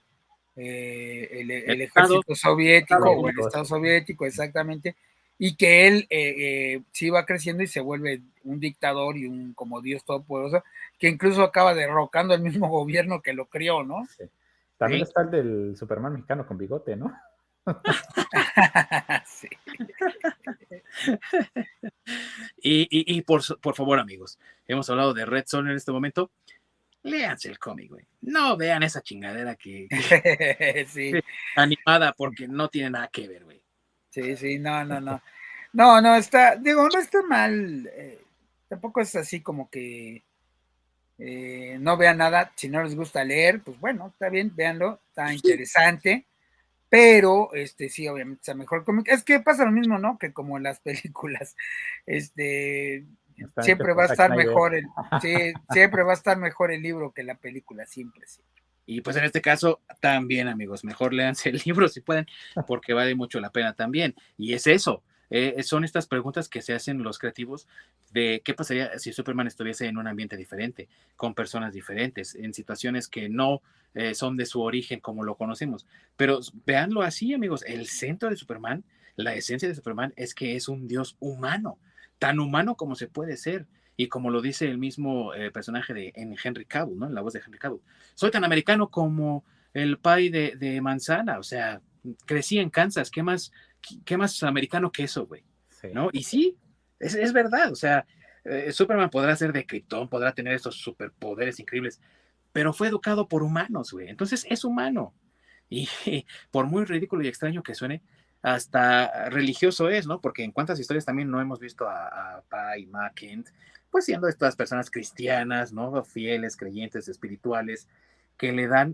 ejército soviético o el Estado soviético, exactamente, y que él sí va creciendo y se vuelve un dictador y un como Dios todopoderoso, que incluso acaba derrocando el mismo gobierno que lo crió, ¿no? Sí. También está el del Superman mexicano con bigote, ¿no? Sí. Y por favor, amigos, hemos hablado de Red Son en este momento. léanse el cómic, güey. No vean esa chingadera que Sí, animada porque no tiene nada que ver, güey. sí, no. No, está, digo, no está mal. Tampoco es así como que no vean nada. Si no les gusta leer, pues bueno, está bien, véanlo, está interesante. Pero, sí, obviamente está mejor cómic. Es que pasa lo mismo, ¿no? Que como en las películas, siempre va a estar mejor sí, siempre va a estar mejor el libro que la película, siempre, sí. Y pues en este caso también, amigos, mejor léanse el libro si pueden, porque vale mucho la pena también. Y es eso, son estas preguntas que se hacen los creativos de qué pasaría si Superman estuviese en un ambiente diferente, con personas diferentes, en situaciones que no son de su origen como lo conocemos. Pero véanlo así, amigos, el centro de Superman, la esencia de Superman es que es un dios humano, tan humano como se puede ser. Y como lo dice el mismo personaje en Henry Cavill, ¿no? En la voz de Henry Cavill. Soy tan americano como el pie de manzana, o sea, crecí en Kansas, ¿qué más americano que eso, güey? Sí. ¿No? Y sí, es verdad, o sea, Superman podrá ser de Krypton, podrá tener estos superpoderes increíbles, pero fue educado por humanos, güey, entonces es humano. Y por muy ridículo y extraño que suene, hasta religioso es, ¿no? Porque en cuántas historias también no hemos visto a Pa y Ma Kent, pues siendo estas personas cristianas, ¿no? Fieles, creyentes, espirituales, que le dan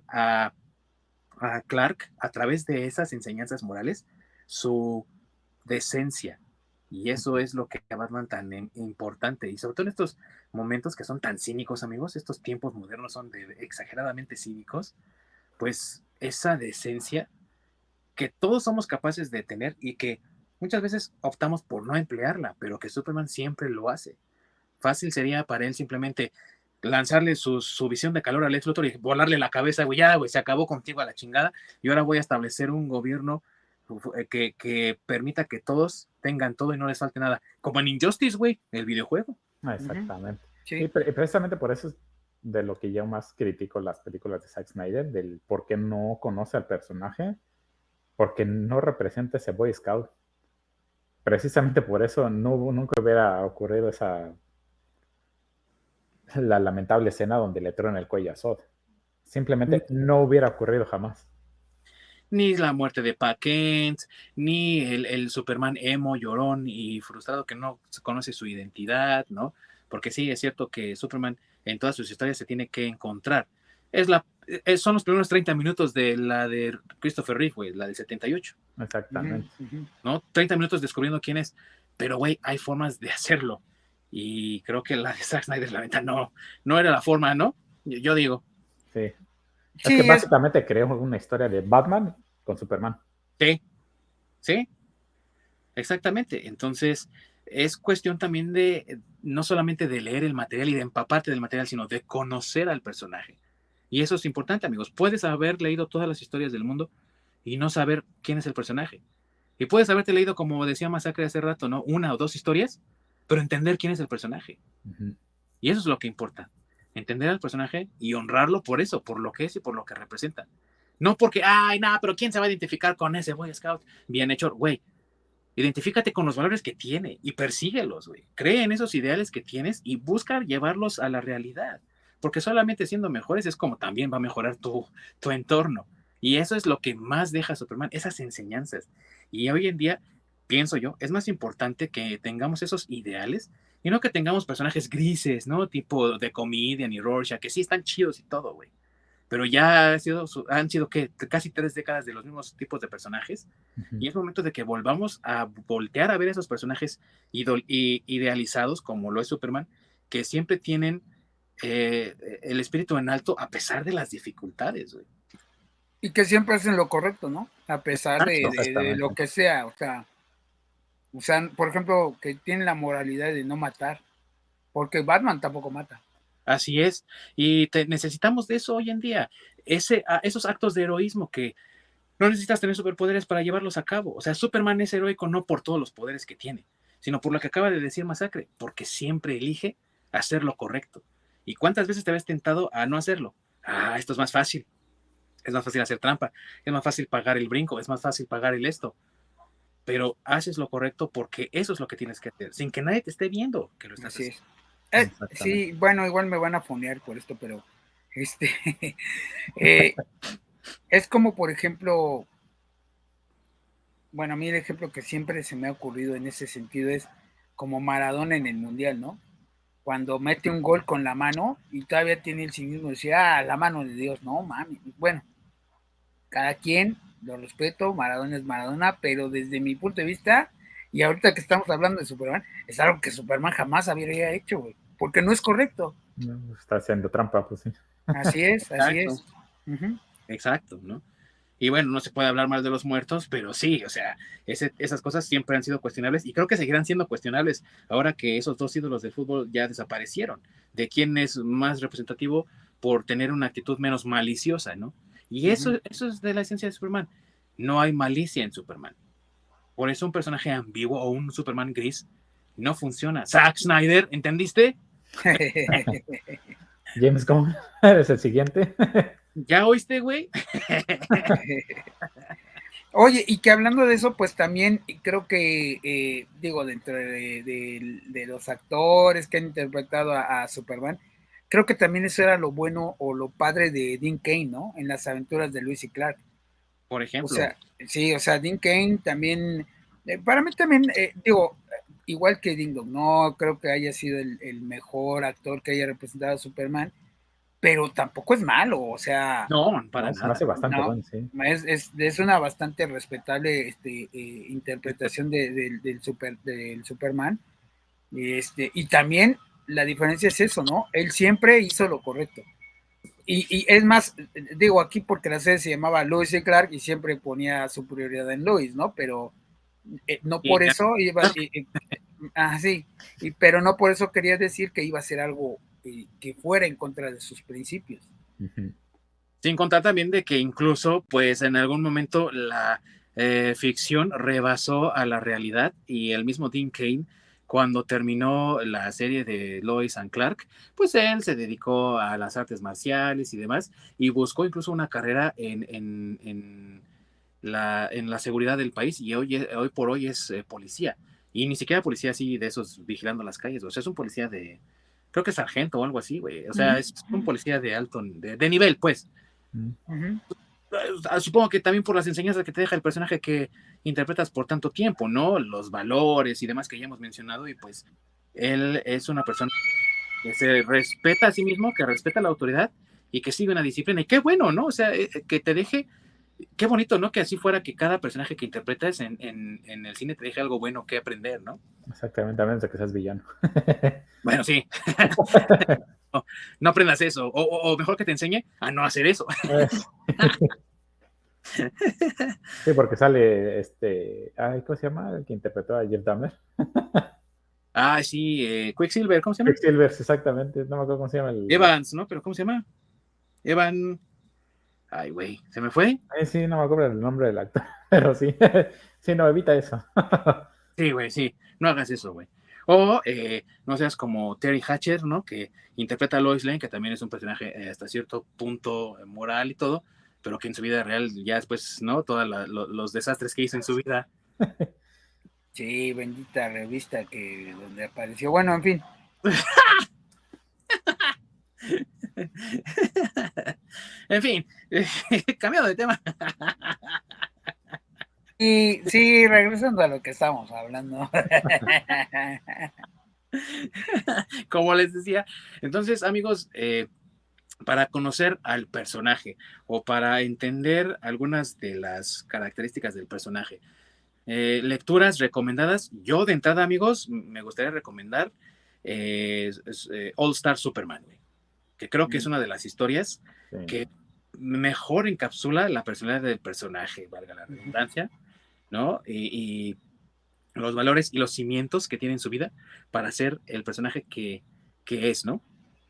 a Clark, a través de esas enseñanzas morales, su decencia. Y eso es lo que a Batman tan importante. Y sobre todo en estos momentos que son tan cínicos, amigos, estos tiempos modernos son exageradamente cínicos, pues esa decencia que todos somos capaces de tener y que muchas veces optamos por no emplearla, pero que Superman siempre lo hace. Fácil sería para él simplemente lanzarle su visión de calor a Lex Luthor y volarle la cabeza, güey, ya, güey, se acabó contigo a la chingada y ahora voy a establecer un gobierno que permita que todos tengan todo y no les falte nada. Como en Injustice, güey, el videojuego. Exactamente. Sí. Y precisamente por eso es de lo que yo más critico las películas de Zack Snyder, del por qué no conoce al personaje, porque no representa ese Boy Scout. Precisamente por eso nunca hubiera ocurrido la lamentable escena donde le truena el cuello a Zod. Simplemente no hubiera ocurrido jamás. Ni la muerte de Pa Kent, ni el Superman emo, llorón y frustrado que no conoce su identidad, ¿no? Porque sí, es cierto que Superman en todas sus historias se tiene que encontrar. Son los primeros 30 minutos de la de Christopher Reeve, güey, la del 78. Exactamente. ¿No? 30 minutos descubriendo quién es. Pero, güey, hay formas de hacerlo. Y creo que la de Zack Snyder, la neta, no era la forma, ¿no? Yo digo. Sí. Es que básicamente creó una historia de Batman con Superman. Sí, exactamente. Entonces, es cuestión también de no solamente de leer el material y de empaparte del material, sino de conocer al personaje. Y eso es importante, amigos. Puedes haber leído todas las historias del mundo y no saber quién es el personaje. Y puedes haberte leído, como decía Masacre hace rato, ¿no? 1 o 2 historias, pero entender quién es el personaje. Y eso es lo que importa. Entender al personaje y honrarlo por eso, por lo que es y por lo que representa. No porque, ay, nada, pero ¿quién se va a identificar con ese Boy Scout? Bien hecho, güey. Identifícate con los valores que tiene y persíguelos, güey. Cree en esos ideales que tienes y busca llevarlos a la realidad. Porque solamente siendo mejores es como también va a mejorar tu entorno. Y eso es lo que más deja Superman, esas enseñanzas. Y hoy en día, pienso yo, es más importante que tengamos esos ideales y no que tengamos personajes grises, ¿no? Tipo de Comedian y Rorschach, que sí están chidos y todo, güey. Pero ya han sido ¿qué? Casi 3 décadas de los mismos tipos de personajes. Y es momento de que volvamos a voltear a ver esos personajes idealizados, como lo es Superman, que siempre tienen el espíritu en alto a pesar de las dificultades, güey. Y que siempre hacen lo correcto, ¿no? A pesar de lo que sea, o sea, por ejemplo, que tienen la moralidad de no matar, porque Batman tampoco mata. Así es, y necesitamos de eso hoy en día, esos actos de heroísmo que no necesitas tener superpoderes para llevarlos a cabo. O sea, Superman es heroico no por todos los poderes que tiene, sino por lo que acaba de decir Masacre, porque siempre elige hacer lo correcto. ¿Y cuántas veces te ves tentado a no hacerlo? Ah, esto es más fácil. Es más fácil hacer trampa, es más fácil pagar el brinco, es más fácil pagar el esto. Pero haces lo correcto porque eso es lo que tienes que hacer, sin que nadie te esté viendo que lo estás haciendo. Sí, bueno, igual me van a fonear por esto, pero Este, eh, es como, por ejemplo, bueno, a mí el ejemplo que siempre se me ha ocurrido en ese sentido es como Maradona en el Mundial, ¿no? Cuando mete un gol con la mano y todavía tiene el cinismo de decir, la mano de Dios, no, mami. Bueno, cada quien, lo respeto, Maradona es Maradona, pero desde mi punto de vista, y ahorita que estamos hablando de Superman, es algo que Superman jamás habría hecho, güey, porque no es correcto. No, está haciendo trampa, pues sí. Así es, así Exacto. es. Uh-huh. Exacto, ¿no? Y bueno, no se puede hablar mal de los muertos, pero sí, o sea, esas cosas siempre han sido cuestionables y creo que seguirán siendo cuestionables ahora que esos dos ídolos del fútbol ya desaparecieron. De quién es más representativo por tener una actitud menos maliciosa, ¿no? Y eso es de la esencia de Superman. No hay malicia en Superman. Por eso un personaje ambiguo o un Superman gris no funciona. Zack Snyder, ¿entendiste? James Gunn, eres el siguiente. ¿Ya oíste, güey? Oye, y que hablando de eso, pues también creo que, digo, dentro de los actores que han interpretado a Superman, creo que también eso era lo bueno o lo padre de Dean Cain, ¿no? En las aventuras de Lewis y Clark. Por O ejemplo. sea, sí, o sea, Dean Cain también, para mí también, digo, igual que Ding Dong, no creo que haya sido el mejor actor que haya representado a Superman, pero tampoco es malo, o sea, No, para No, se me hace nada. bastante no, bueno, sí. es una bastante respetable interpretación del Superman, y también la diferencia es eso, ¿no? Él siempre hizo lo correcto. Y es más, digo aquí porque la serie se llamaba Lois y Clark y siempre ponía su prioridad en Lois, ¿no? Pero no Y por eso iba, sí, pero no por eso quería decir que iba a ser algo que fuera en contra de sus principios. Ujú. sin contar también de que incluso, pues en algún momento la ficción rebasó a la realidad y el mismo Dean Cain, cuando terminó la serie de Lois and Clark, pues él se dedicó a las artes marciales y demás y buscó incluso una carrera en la seguridad del país y hoy por hoy es policía. Y ni siquiera policía así de esos vigilando las calles, o sea, es un policía de, creo que es sargento o algo así, güey. O sea, es un policía de alto, de nivel, pues. Uh-huh. Supongo que también por las enseñanzas que te deja el personaje que interpretas por tanto tiempo, ¿no? Los valores y demás que ya hemos mencionado, y pues él es una persona que se respeta a sí mismo, que respeta la autoridad y que sigue una disciplina. Y qué bueno, ¿no? O sea, que te deje, qué bonito, ¿no? Que así fuera que cada personaje que interpretas en el cine te deje algo bueno que aprender, ¿no? Exactamente, a menos de que seas villano. Bueno, sí. No, no aprendas eso, o mejor que te enseñe a no hacer eso. Sí, porque sale ¿cómo se llama? El que interpretó a Jeff Dahmer. Sí, Quicksilver, ¿cómo se llama? Quicksilver, exactamente. No me acuerdo cómo se llama el. Evans, ¿no? Pero ¿cómo se llama? Evan. Ay, güey, ¿se me fue? Sí, no me acuerdo el nombre del actor, pero sí. Sí, no, evita eso. Sí, güey, sí, no hagas eso, güey. O no seas como Terry Hatcher, ¿no? Que interpreta a Lois Lane, que también es un personaje hasta cierto punto moral y todo, pero que en su vida real ya después, ¿no? Todos los desastres que hizo en su vida. Sí, bendita revista que donde apareció. Bueno, en fin. En fin, cambiado de tema. Y sí, regresando a lo que estábamos hablando. Como les decía, entonces, amigos, para conocer al personaje o para entender algunas de las características del personaje, lecturas recomendadas. Yo de entrada, amigos, me gustaría recomendar All Star Superman, que creo que es una de las historias Sí. que mejor encapsula la personalidad del personaje, valga la redundancia, ¿no? Y los valores y los cimientos que tiene en su vida para ser el personaje que es, ¿no?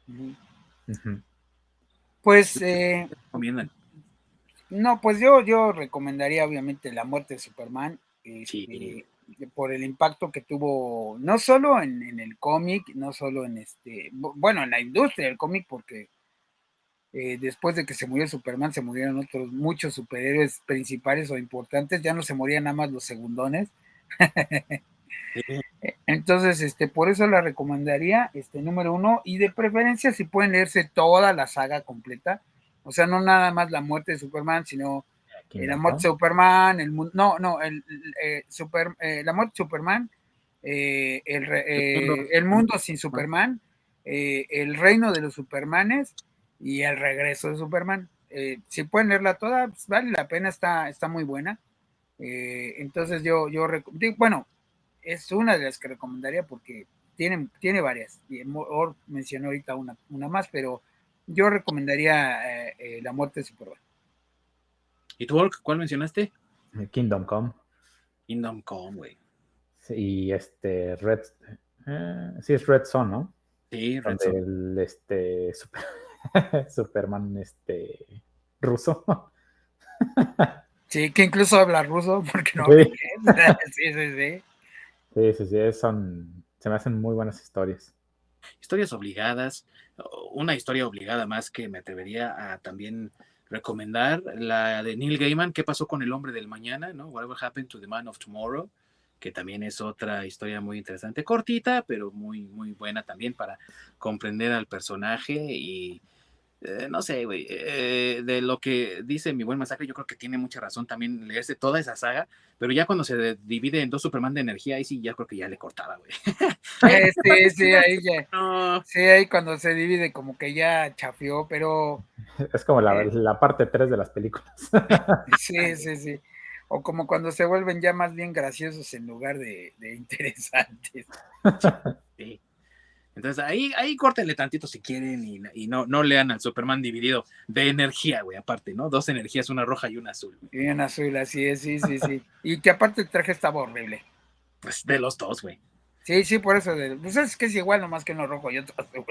Pues, Recomiendan. no, pues yo recomendaría obviamente La muerte de Superman, Sí. por el impacto que tuvo, no solo en el cómic, no solo en bueno, en la industria del cómic, porque después de que se murió Superman, se murieron otros muchos superhéroes principales o importantes, ya no se morían nada más los segundones. Entonces, por eso la recomendaría, número 1, y de preferencia si pueden leerse toda la saga completa, o sea, no nada más la muerte de Superman, sino la muerte de Superman, la muerte de Superman, el mundo sin Superman, el reino de los Supermanes y el regreso de Superman. Si pueden leerla toda, pues vale la pena, está muy buena. Entonces bueno, es una de las que recomendaría porque tiene varias. Or mencionó ahorita una más, pero yo recomendaría La muerte de Superman. ¿Y tú, cuál mencionaste? Kingdom Come. Kingdom Come, güey. Sí, Red, sí es Red Son, ¿no? Sí, Red Son. Superman, ruso. Sí, que incluso habla ruso, porque no habla inglés. Sí. Sí, se me hacen muy buenas historias. Historias obligadas, una historia obligada más que me atrevería a también recomendar, la de Neil Gaiman, ¿Qué pasó con el hombre del mañana? ¿No? Whatever Happened to the Man of Tomorrow, que también es otra historia muy interesante, cortita, pero muy, muy buena también para comprender al personaje y no sé, güey, de lo que dice mi buen Masacre, yo creo que tiene mucha razón también leerse toda esa saga, pero ya cuando se divide en 2 Superman de energía, ahí sí, ya creo que ya le cortaba, güey. Sí, ahí ya. No. Sí, ahí cuando se divide como que ya chafió, pero... Es como la parte 3 de las películas. Sí. O como cuando se vuelven ya más bien graciosos en lugar de interesantes. Sí. Entonces ahí córtenle tantito si quieren y no lean al Superman dividido de energía, güey, aparte, ¿no? 2 energías, una roja y una azul. Y una azul, así es, sí. Y que aparte el traje estaba horrible. Pues de los 2, güey. Sí, por eso. Pues es que es igual, nomás que uno rojo y otro azul.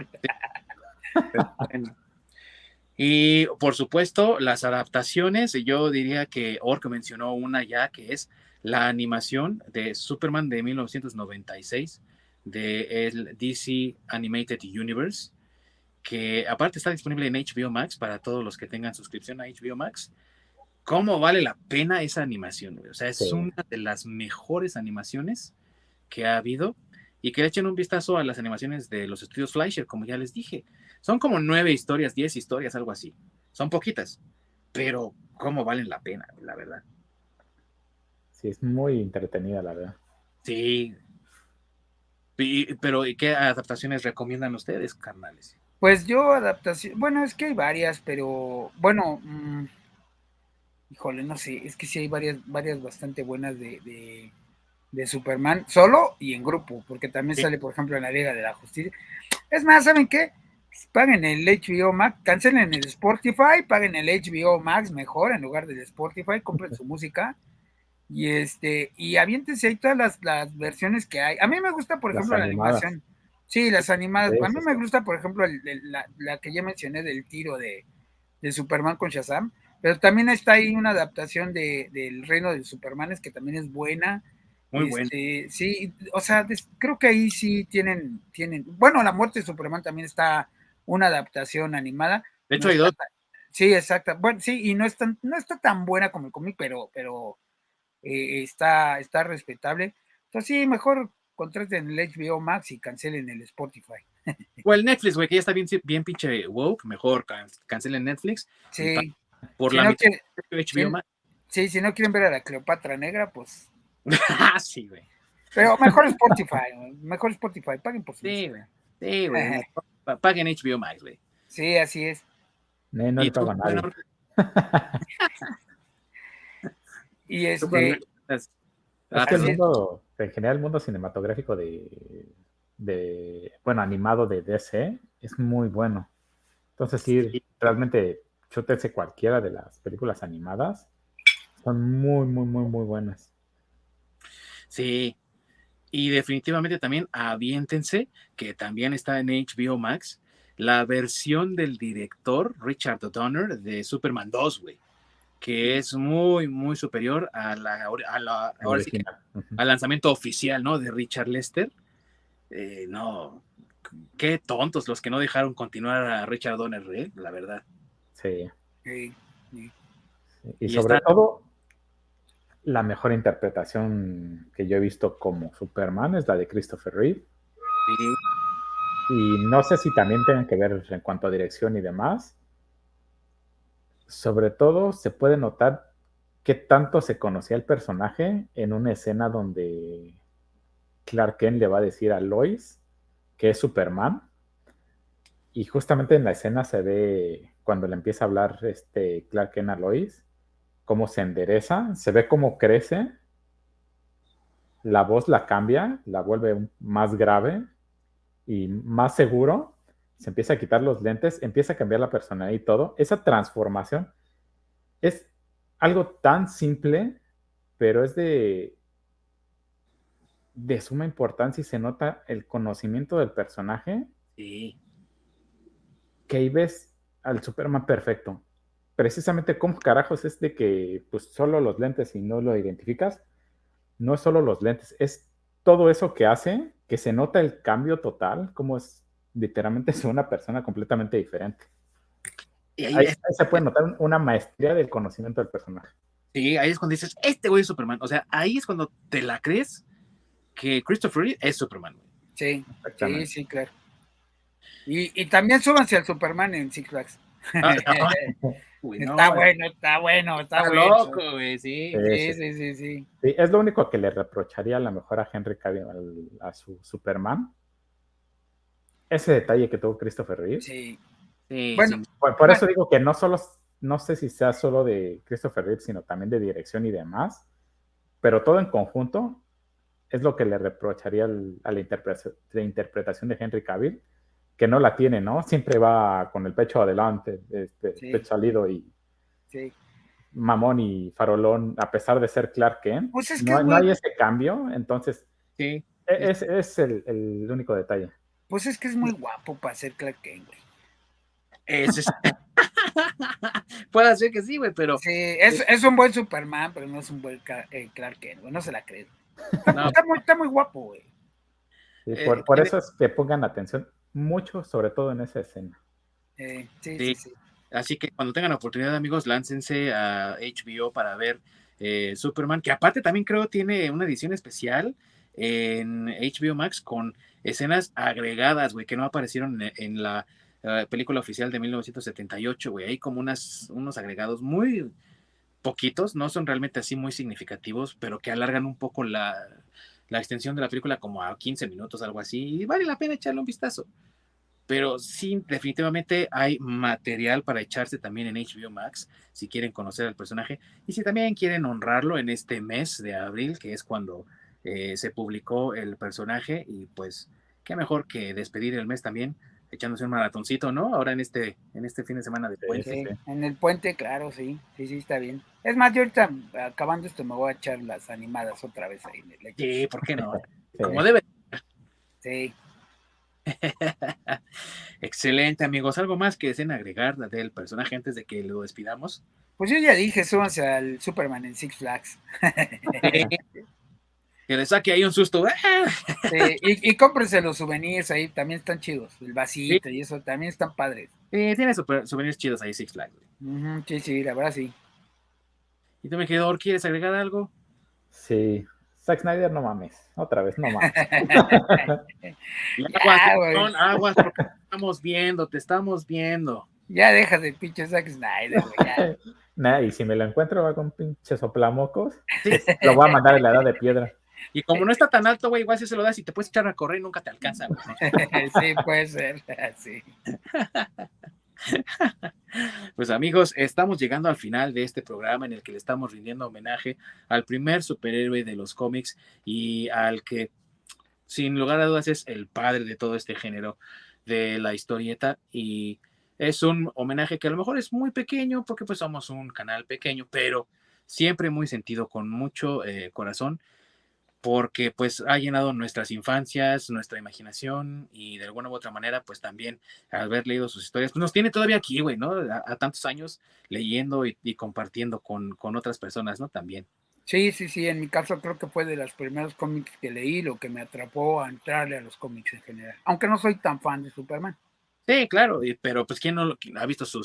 Y por supuesto, las adaptaciones, yo diría que Ork mencionó una ya, que es la animación de Superman de 1996 de el DC Animated Universe, que aparte está disponible en HBO Max para todos los que tengan suscripción a HBO Max. ¿Cómo vale la pena esa animación, güey? O sea, es una de las mejores animaciones que ha habido, y que le echen un vistazo a las animaciones de los estudios Fleischer, como ya les dije. Son como 9 historias, 10 historias, algo así. Son poquitas, pero cómo valen la pena, la verdad. Sí, es muy entretenida, la verdad. Sí. Pero ¿y qué adaptaciones recomiendan ustedes, carnales? Pues yo adaptación, bueno, es que hay varias, pero bueno, híjole, no sé, es que sí hay varias bastante buenas de Superman, solo y en grupo, porque también sale, por ejemplo, en la Liga de la Justicia. Es más, ¿saben qué? Paguen el HBO Max, cancelen el Spotify, paguen el HBO Max mejor en lugar del Spotify, compren su música y aviéntense ahí todas las versiones que hay. A mí me gusta, por ejemplo, la animación. Sí, las animadas. A mí me gusta, por ejemplo, la que ya mencioné del tiro de Superman con Shazam, pero también está ahí una adaptación del Reino de Supermanes que también es buena. Muy bueno. Sí, o sea, creo que ahí sí tienen, bueno, La muerte de Superman también está una adaptación animada. De hecho, hay 2. Sí, exacto. Bueno, sí, y no está tan buena como el cómic, pero está respetable. Entonces sí, mejor contraten el HBO Max y cancelen el Spotify. O el Netflix, güey, que ya está bien pinche woke, mejor cancelen Netflix. Sí. Por la mitad de HBO Max. Sí, si no quieren ver a la Cleopatra Negra, pues. Sí, güey. Pero mejor Spotify, paguen por su música. Sí, güey. Paguen HBO Max, güey. Sí, así es. No le pago a nadie. Y Es que el mundo, en general, el mundo cinematográfico bueno, animado de DC es muy bueno. Entonces, sí, realmente, chútense cualquiera de las películas animadas. Son muy, muy, muy, muy buenas. Sí. Y definitivamente también aviéntense, que también está en HBO Max, la versión del director Richard Donner de Superman 2, güey, que es muy, muy superior ahora sí que, al lanzamiento oficial, ¿no? De Richard Lester. No, qué tontos los que no dejaron continuar a Richard Donner, la verdad. Sí. Sí. Y sobre todo, La mejor interpretación que yo he visto como Superman es la de Christopher Reeve. Sí. Y no sé si también tengan que ver en cuanto a dirección y demás. Sobre todo se puede notar qué tanto se conocía el personaje en una escena donde Clark Kent le va a decir a Lois que es Superman. Y justamente en la escena se ve cuando le empieza a hablar Clark Kent a Lois, cómo se endereza, se ve cómo crece, la voz la cambia, la vuelve más grave y más seguro, se empieza a quitar los lentes, empieza a cambiar la personalidad y todo. Esa transformación es algo tan simple, pero es de suma importancia y se nota el conocimiento del personaje. Sí. Que ahí ves al Superman perfecto. Precisamente cómo carajos es de que pues solo los lentes y no lo identificas. No es solo los lentes, es todo eso que hace, que se nota el cambio total, como es literalmente es una persona completamente diferente. Y Ahí se puede notar una maestría del conocimiento del personaje. sí, ahí es cuando dices, este güey es Superman. O sea, ahí es cuando te la crees que Christopher Reeve es Superman. Sí, sí, sí, claro. Y también súbanse al Superman en Six Flags. Uy, Está bueno, está bueno, está bueno. Loco, güey, sí. Sí. Sí, es lo único que le reprocharía a lo mejor a Henry Cavill, a su Superman. Ese detalle que tuvo Christopher Reeve. Sí. Bueno, sí. Por eso digo que no solo, no sé si sea solo de Christopher Reeve, sino también de dirección y demás, pero todo en conjunto es lo que le reprocharía a la interpretación de Henry Cavill, que no la tiene, ¿no? Siempre va con el pecho adelante, pecho salido y mamón y farolón, a pesar de ser Clark Kent. Pues es que, no hay ese cambio, entonces sí. es el único detalle. Pues es que es muy guapo para ser Clark Kent, güey. Puede ser que sí, güey, pero... Sí, es un buen Superman, pero no es un buen Clark Kent, güey, no se la creen. Está muy guapo, güey. Sí, por eso es que pongan atención mucho, sobre todo en esa escena. Sí. Así que cuando tengan oportunidad, amigos, láncense a HBO para ver Superman, que aparte también creo tiene una edición especial en HBO Max con escenas agregadas, güey, que no aparecieron en la película oficial de 1978, güey. Hay como unos agregados muy poquitos, no son realmente así muy significativos, pero que alargan un poco la extensión de la película como a 15 minutos, algo así, y vale la pena echarle un vistazo. Pero sí, definitivamente hay material para echarse también en HBO Max, si quieren conocer al personaje, y si también quieren honrarlo en este mes de abril, que es cuando se publicó el personaje, y pues qué mejor que despedir el mes también, echándose un maratoncito, ¿no? Ahora en este fin de semana de puente. Sí, en el puente, claro, sí, está bien. Es más, yo ahorita, acabando esto, me voy a echar las animadas otra vez ahí en el lecho. Sí, ¿por qué no? Como debe. Sí. Excelente, amigos. ¿Algo más que deseen agregar del personaje antes de que lo despidamos? Pues yo ya dije, súbanse al Superman en Six Flags. Que le saque ahí un susto. Sí, y cómprense los souvenirs ahí, también están chidos. El vasito y eso, también están padres. Tiene souvenirs chidos ahí, Six Flags. Sí, la verdad sí. ¿Y tú, mi querido, quieres agregar algo? Sí. Zack Snyder, no mames. Otra vez, no mames. Aguas, porque te estamos viendo. Ya deja de pinche Zack Snyder, güey. Nah, y si me lo encuentro va con pinche soplamocos, lo voy a mandar en la edad de piedra. Y como no está tan alto, güey, igual si se lo das y te puedes echar a correr y nunca te alcanza, güey. Sí, puede ser, sí. Pues amigos, estamos llegando al final de este programa en el que le estamos rindiendo homenaje al primer superhéroe de los cómics y al que, sin lugar a dudas, es el padre de todo este género de la historieta, y es un homenaje que a lo mejor es muy pequeño porque pues somos un canal pequeño, pero siempre muy sentido, con mucho corazón, porque pues ha llenado nuestras infancias, nuestra imaginación, y de alguna u otra manera pues también al haber leído sus historias, pues nos tiene todavía aquí, güey, ¿no? A tantos años leyendo y compartiendo con otras personas, ¿no? También. Sí, en mi caso creo que fue de los primeros cómics que leí lo que me atrapó a entrarle a los cómics en general, aunque no soy tan fan de Superman. Sí, claro, pero pues quién no ha visto sus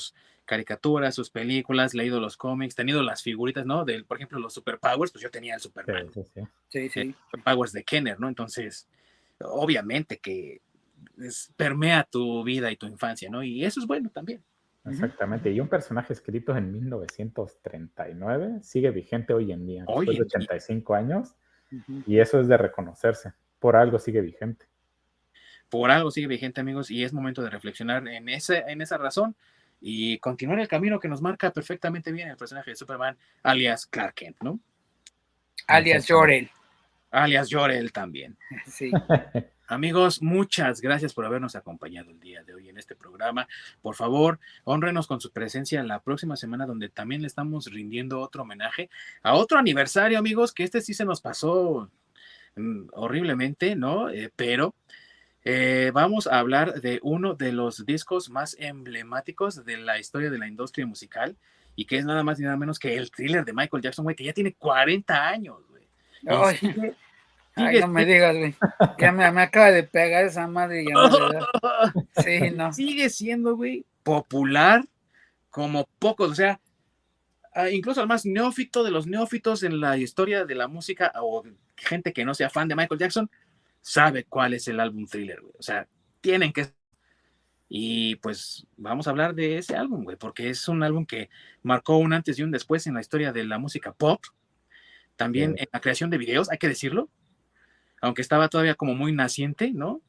caricaturas, sus películas, leído los cómics, tenido las figuritas, ¿no? Por ejemplo, los Superpowers, pues yo tenía el Superman. Sí. Superpowers de Kenner, ¿no? Entonces, obviamente que permea tu vida y tu infancia, ¿no? Y eso es bueno también. Exactamente, y un personaje escrito en 1939 sigue vigente hoy en día, después de 85 años, y eso es de reconocerse, por algo sigue vigente. Por algo sigue vigente, amigos, y es momento de reflexionar en esa razón y continuar el camino que nos marca perfectamente bien el personaje de Superman, alias Clark Kent, ¿no? Alias Jor-El. Alias Jor-El también. Sí. Amigos, muchas gracias por habernos acompañado el día de hoy en este programa. Por favor, hónrenos con su presencia la próxima semana, donde también le estamos rindiendo otro homenaje a otro aniversario, amigos, que este sí se nos pasó horriblemente, ¿no? Pero vamos a hablar de uno de los discos más emblemáticos de la historia de la industria musical, y que es nada más y nada menos que el Thriller de Michael Jackson, güey, que ya tiene 40 años, güey. Ay, no me digas, güey. Ya me acaba de pegar esa madre. Sí, no. Sigue siendo, güey, popular como pocos, o sea, incluso el más neófito de los neófitos en la historia de la música, o gente que no sea fan de Michael Jackson, sabe cuál es el álbum Thriller, güey. O sea, tienen que... Y pues vamos a hablar de ese álbum, güey, porque es un álbum que marcó un antes y un después en la historia de la música pop, también en la creación de videos, hay que decirlo, aunque estaba todavía como muy naciente, ¿no?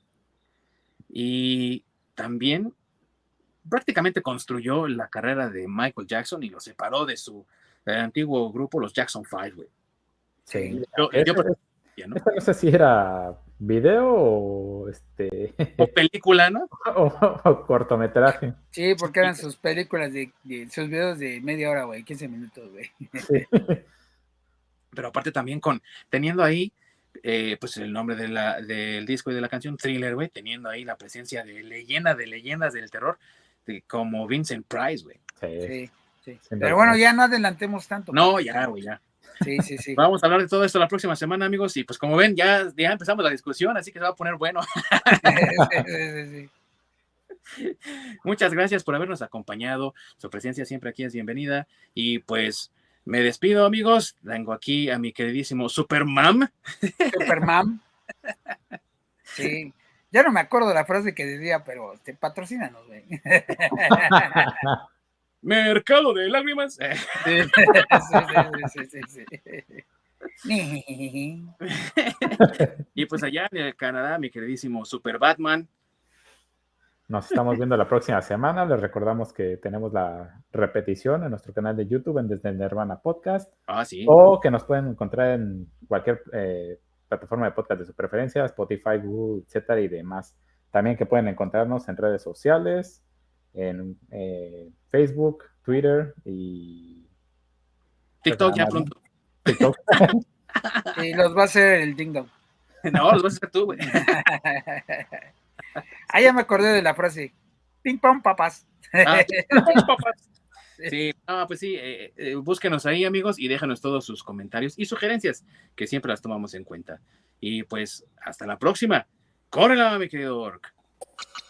Y también prácticamente construyó la carrera de Michael Jackson y lo separó de su antiguo grupo, los Jackson 5, güey. Sí. No sé si era video o o película, ¿no? o cortometraje. Sí, porque eran sus películas sus videos de media hora, güey, 15 minutos, güey. Sí. Pero aparte también teniendo ahí pues el nombre del disco y de la canción Thriller, güey, teniendo ahí la presencia de leyendas del terror, como Vincent Price, güey. Sí. Pero bueno, ya no adelantemos tanto. No, ya, güey, ya. Sí. Vamos a hablar de todo esto la próxima semana, amigos, y pues como ven, ya empezamos la discusión, así que se va a poner bueno. Sí. Muchas gracias por habernos acompañado, su presencia siempre aquí es bienvenida, y pues me despido, amigos. Tengo aquí a mi queridísimo Superman. Sí. Ya no me acuerdo de la frase que decía, pero patrocínanos, güey. Mercado de lágrimas. Sí. Y pues allá en el Canadá, mi queridísimo Super Batman. Nos estamos viendo la próxima semana. Les recordamos que tenemos la repetición en nuestro canal de YouTube en Desde Nirvana Podcast. Sí. O que nos pueden encontrar en cualquier plataforma de podcast de su preferencia, Spotify, Google, etcétera, y demás. También que pueden encontrarnos en redes sociales, en Facebook, Twitter y TikTok ya pronto. TikTok. Y los va a hacer el Ding Dong. No, los vas a hacer tú, güey. Ya me acordé de la frase. Ping pong, papás. Sí, pues sí, búsquenos ahí, amigos, y déjanos todos sus comentarios y sugerencias, que siempre las tomamos en cuenta. Y pues, hasta la próxima. ¡Córrela, mi querido Orc!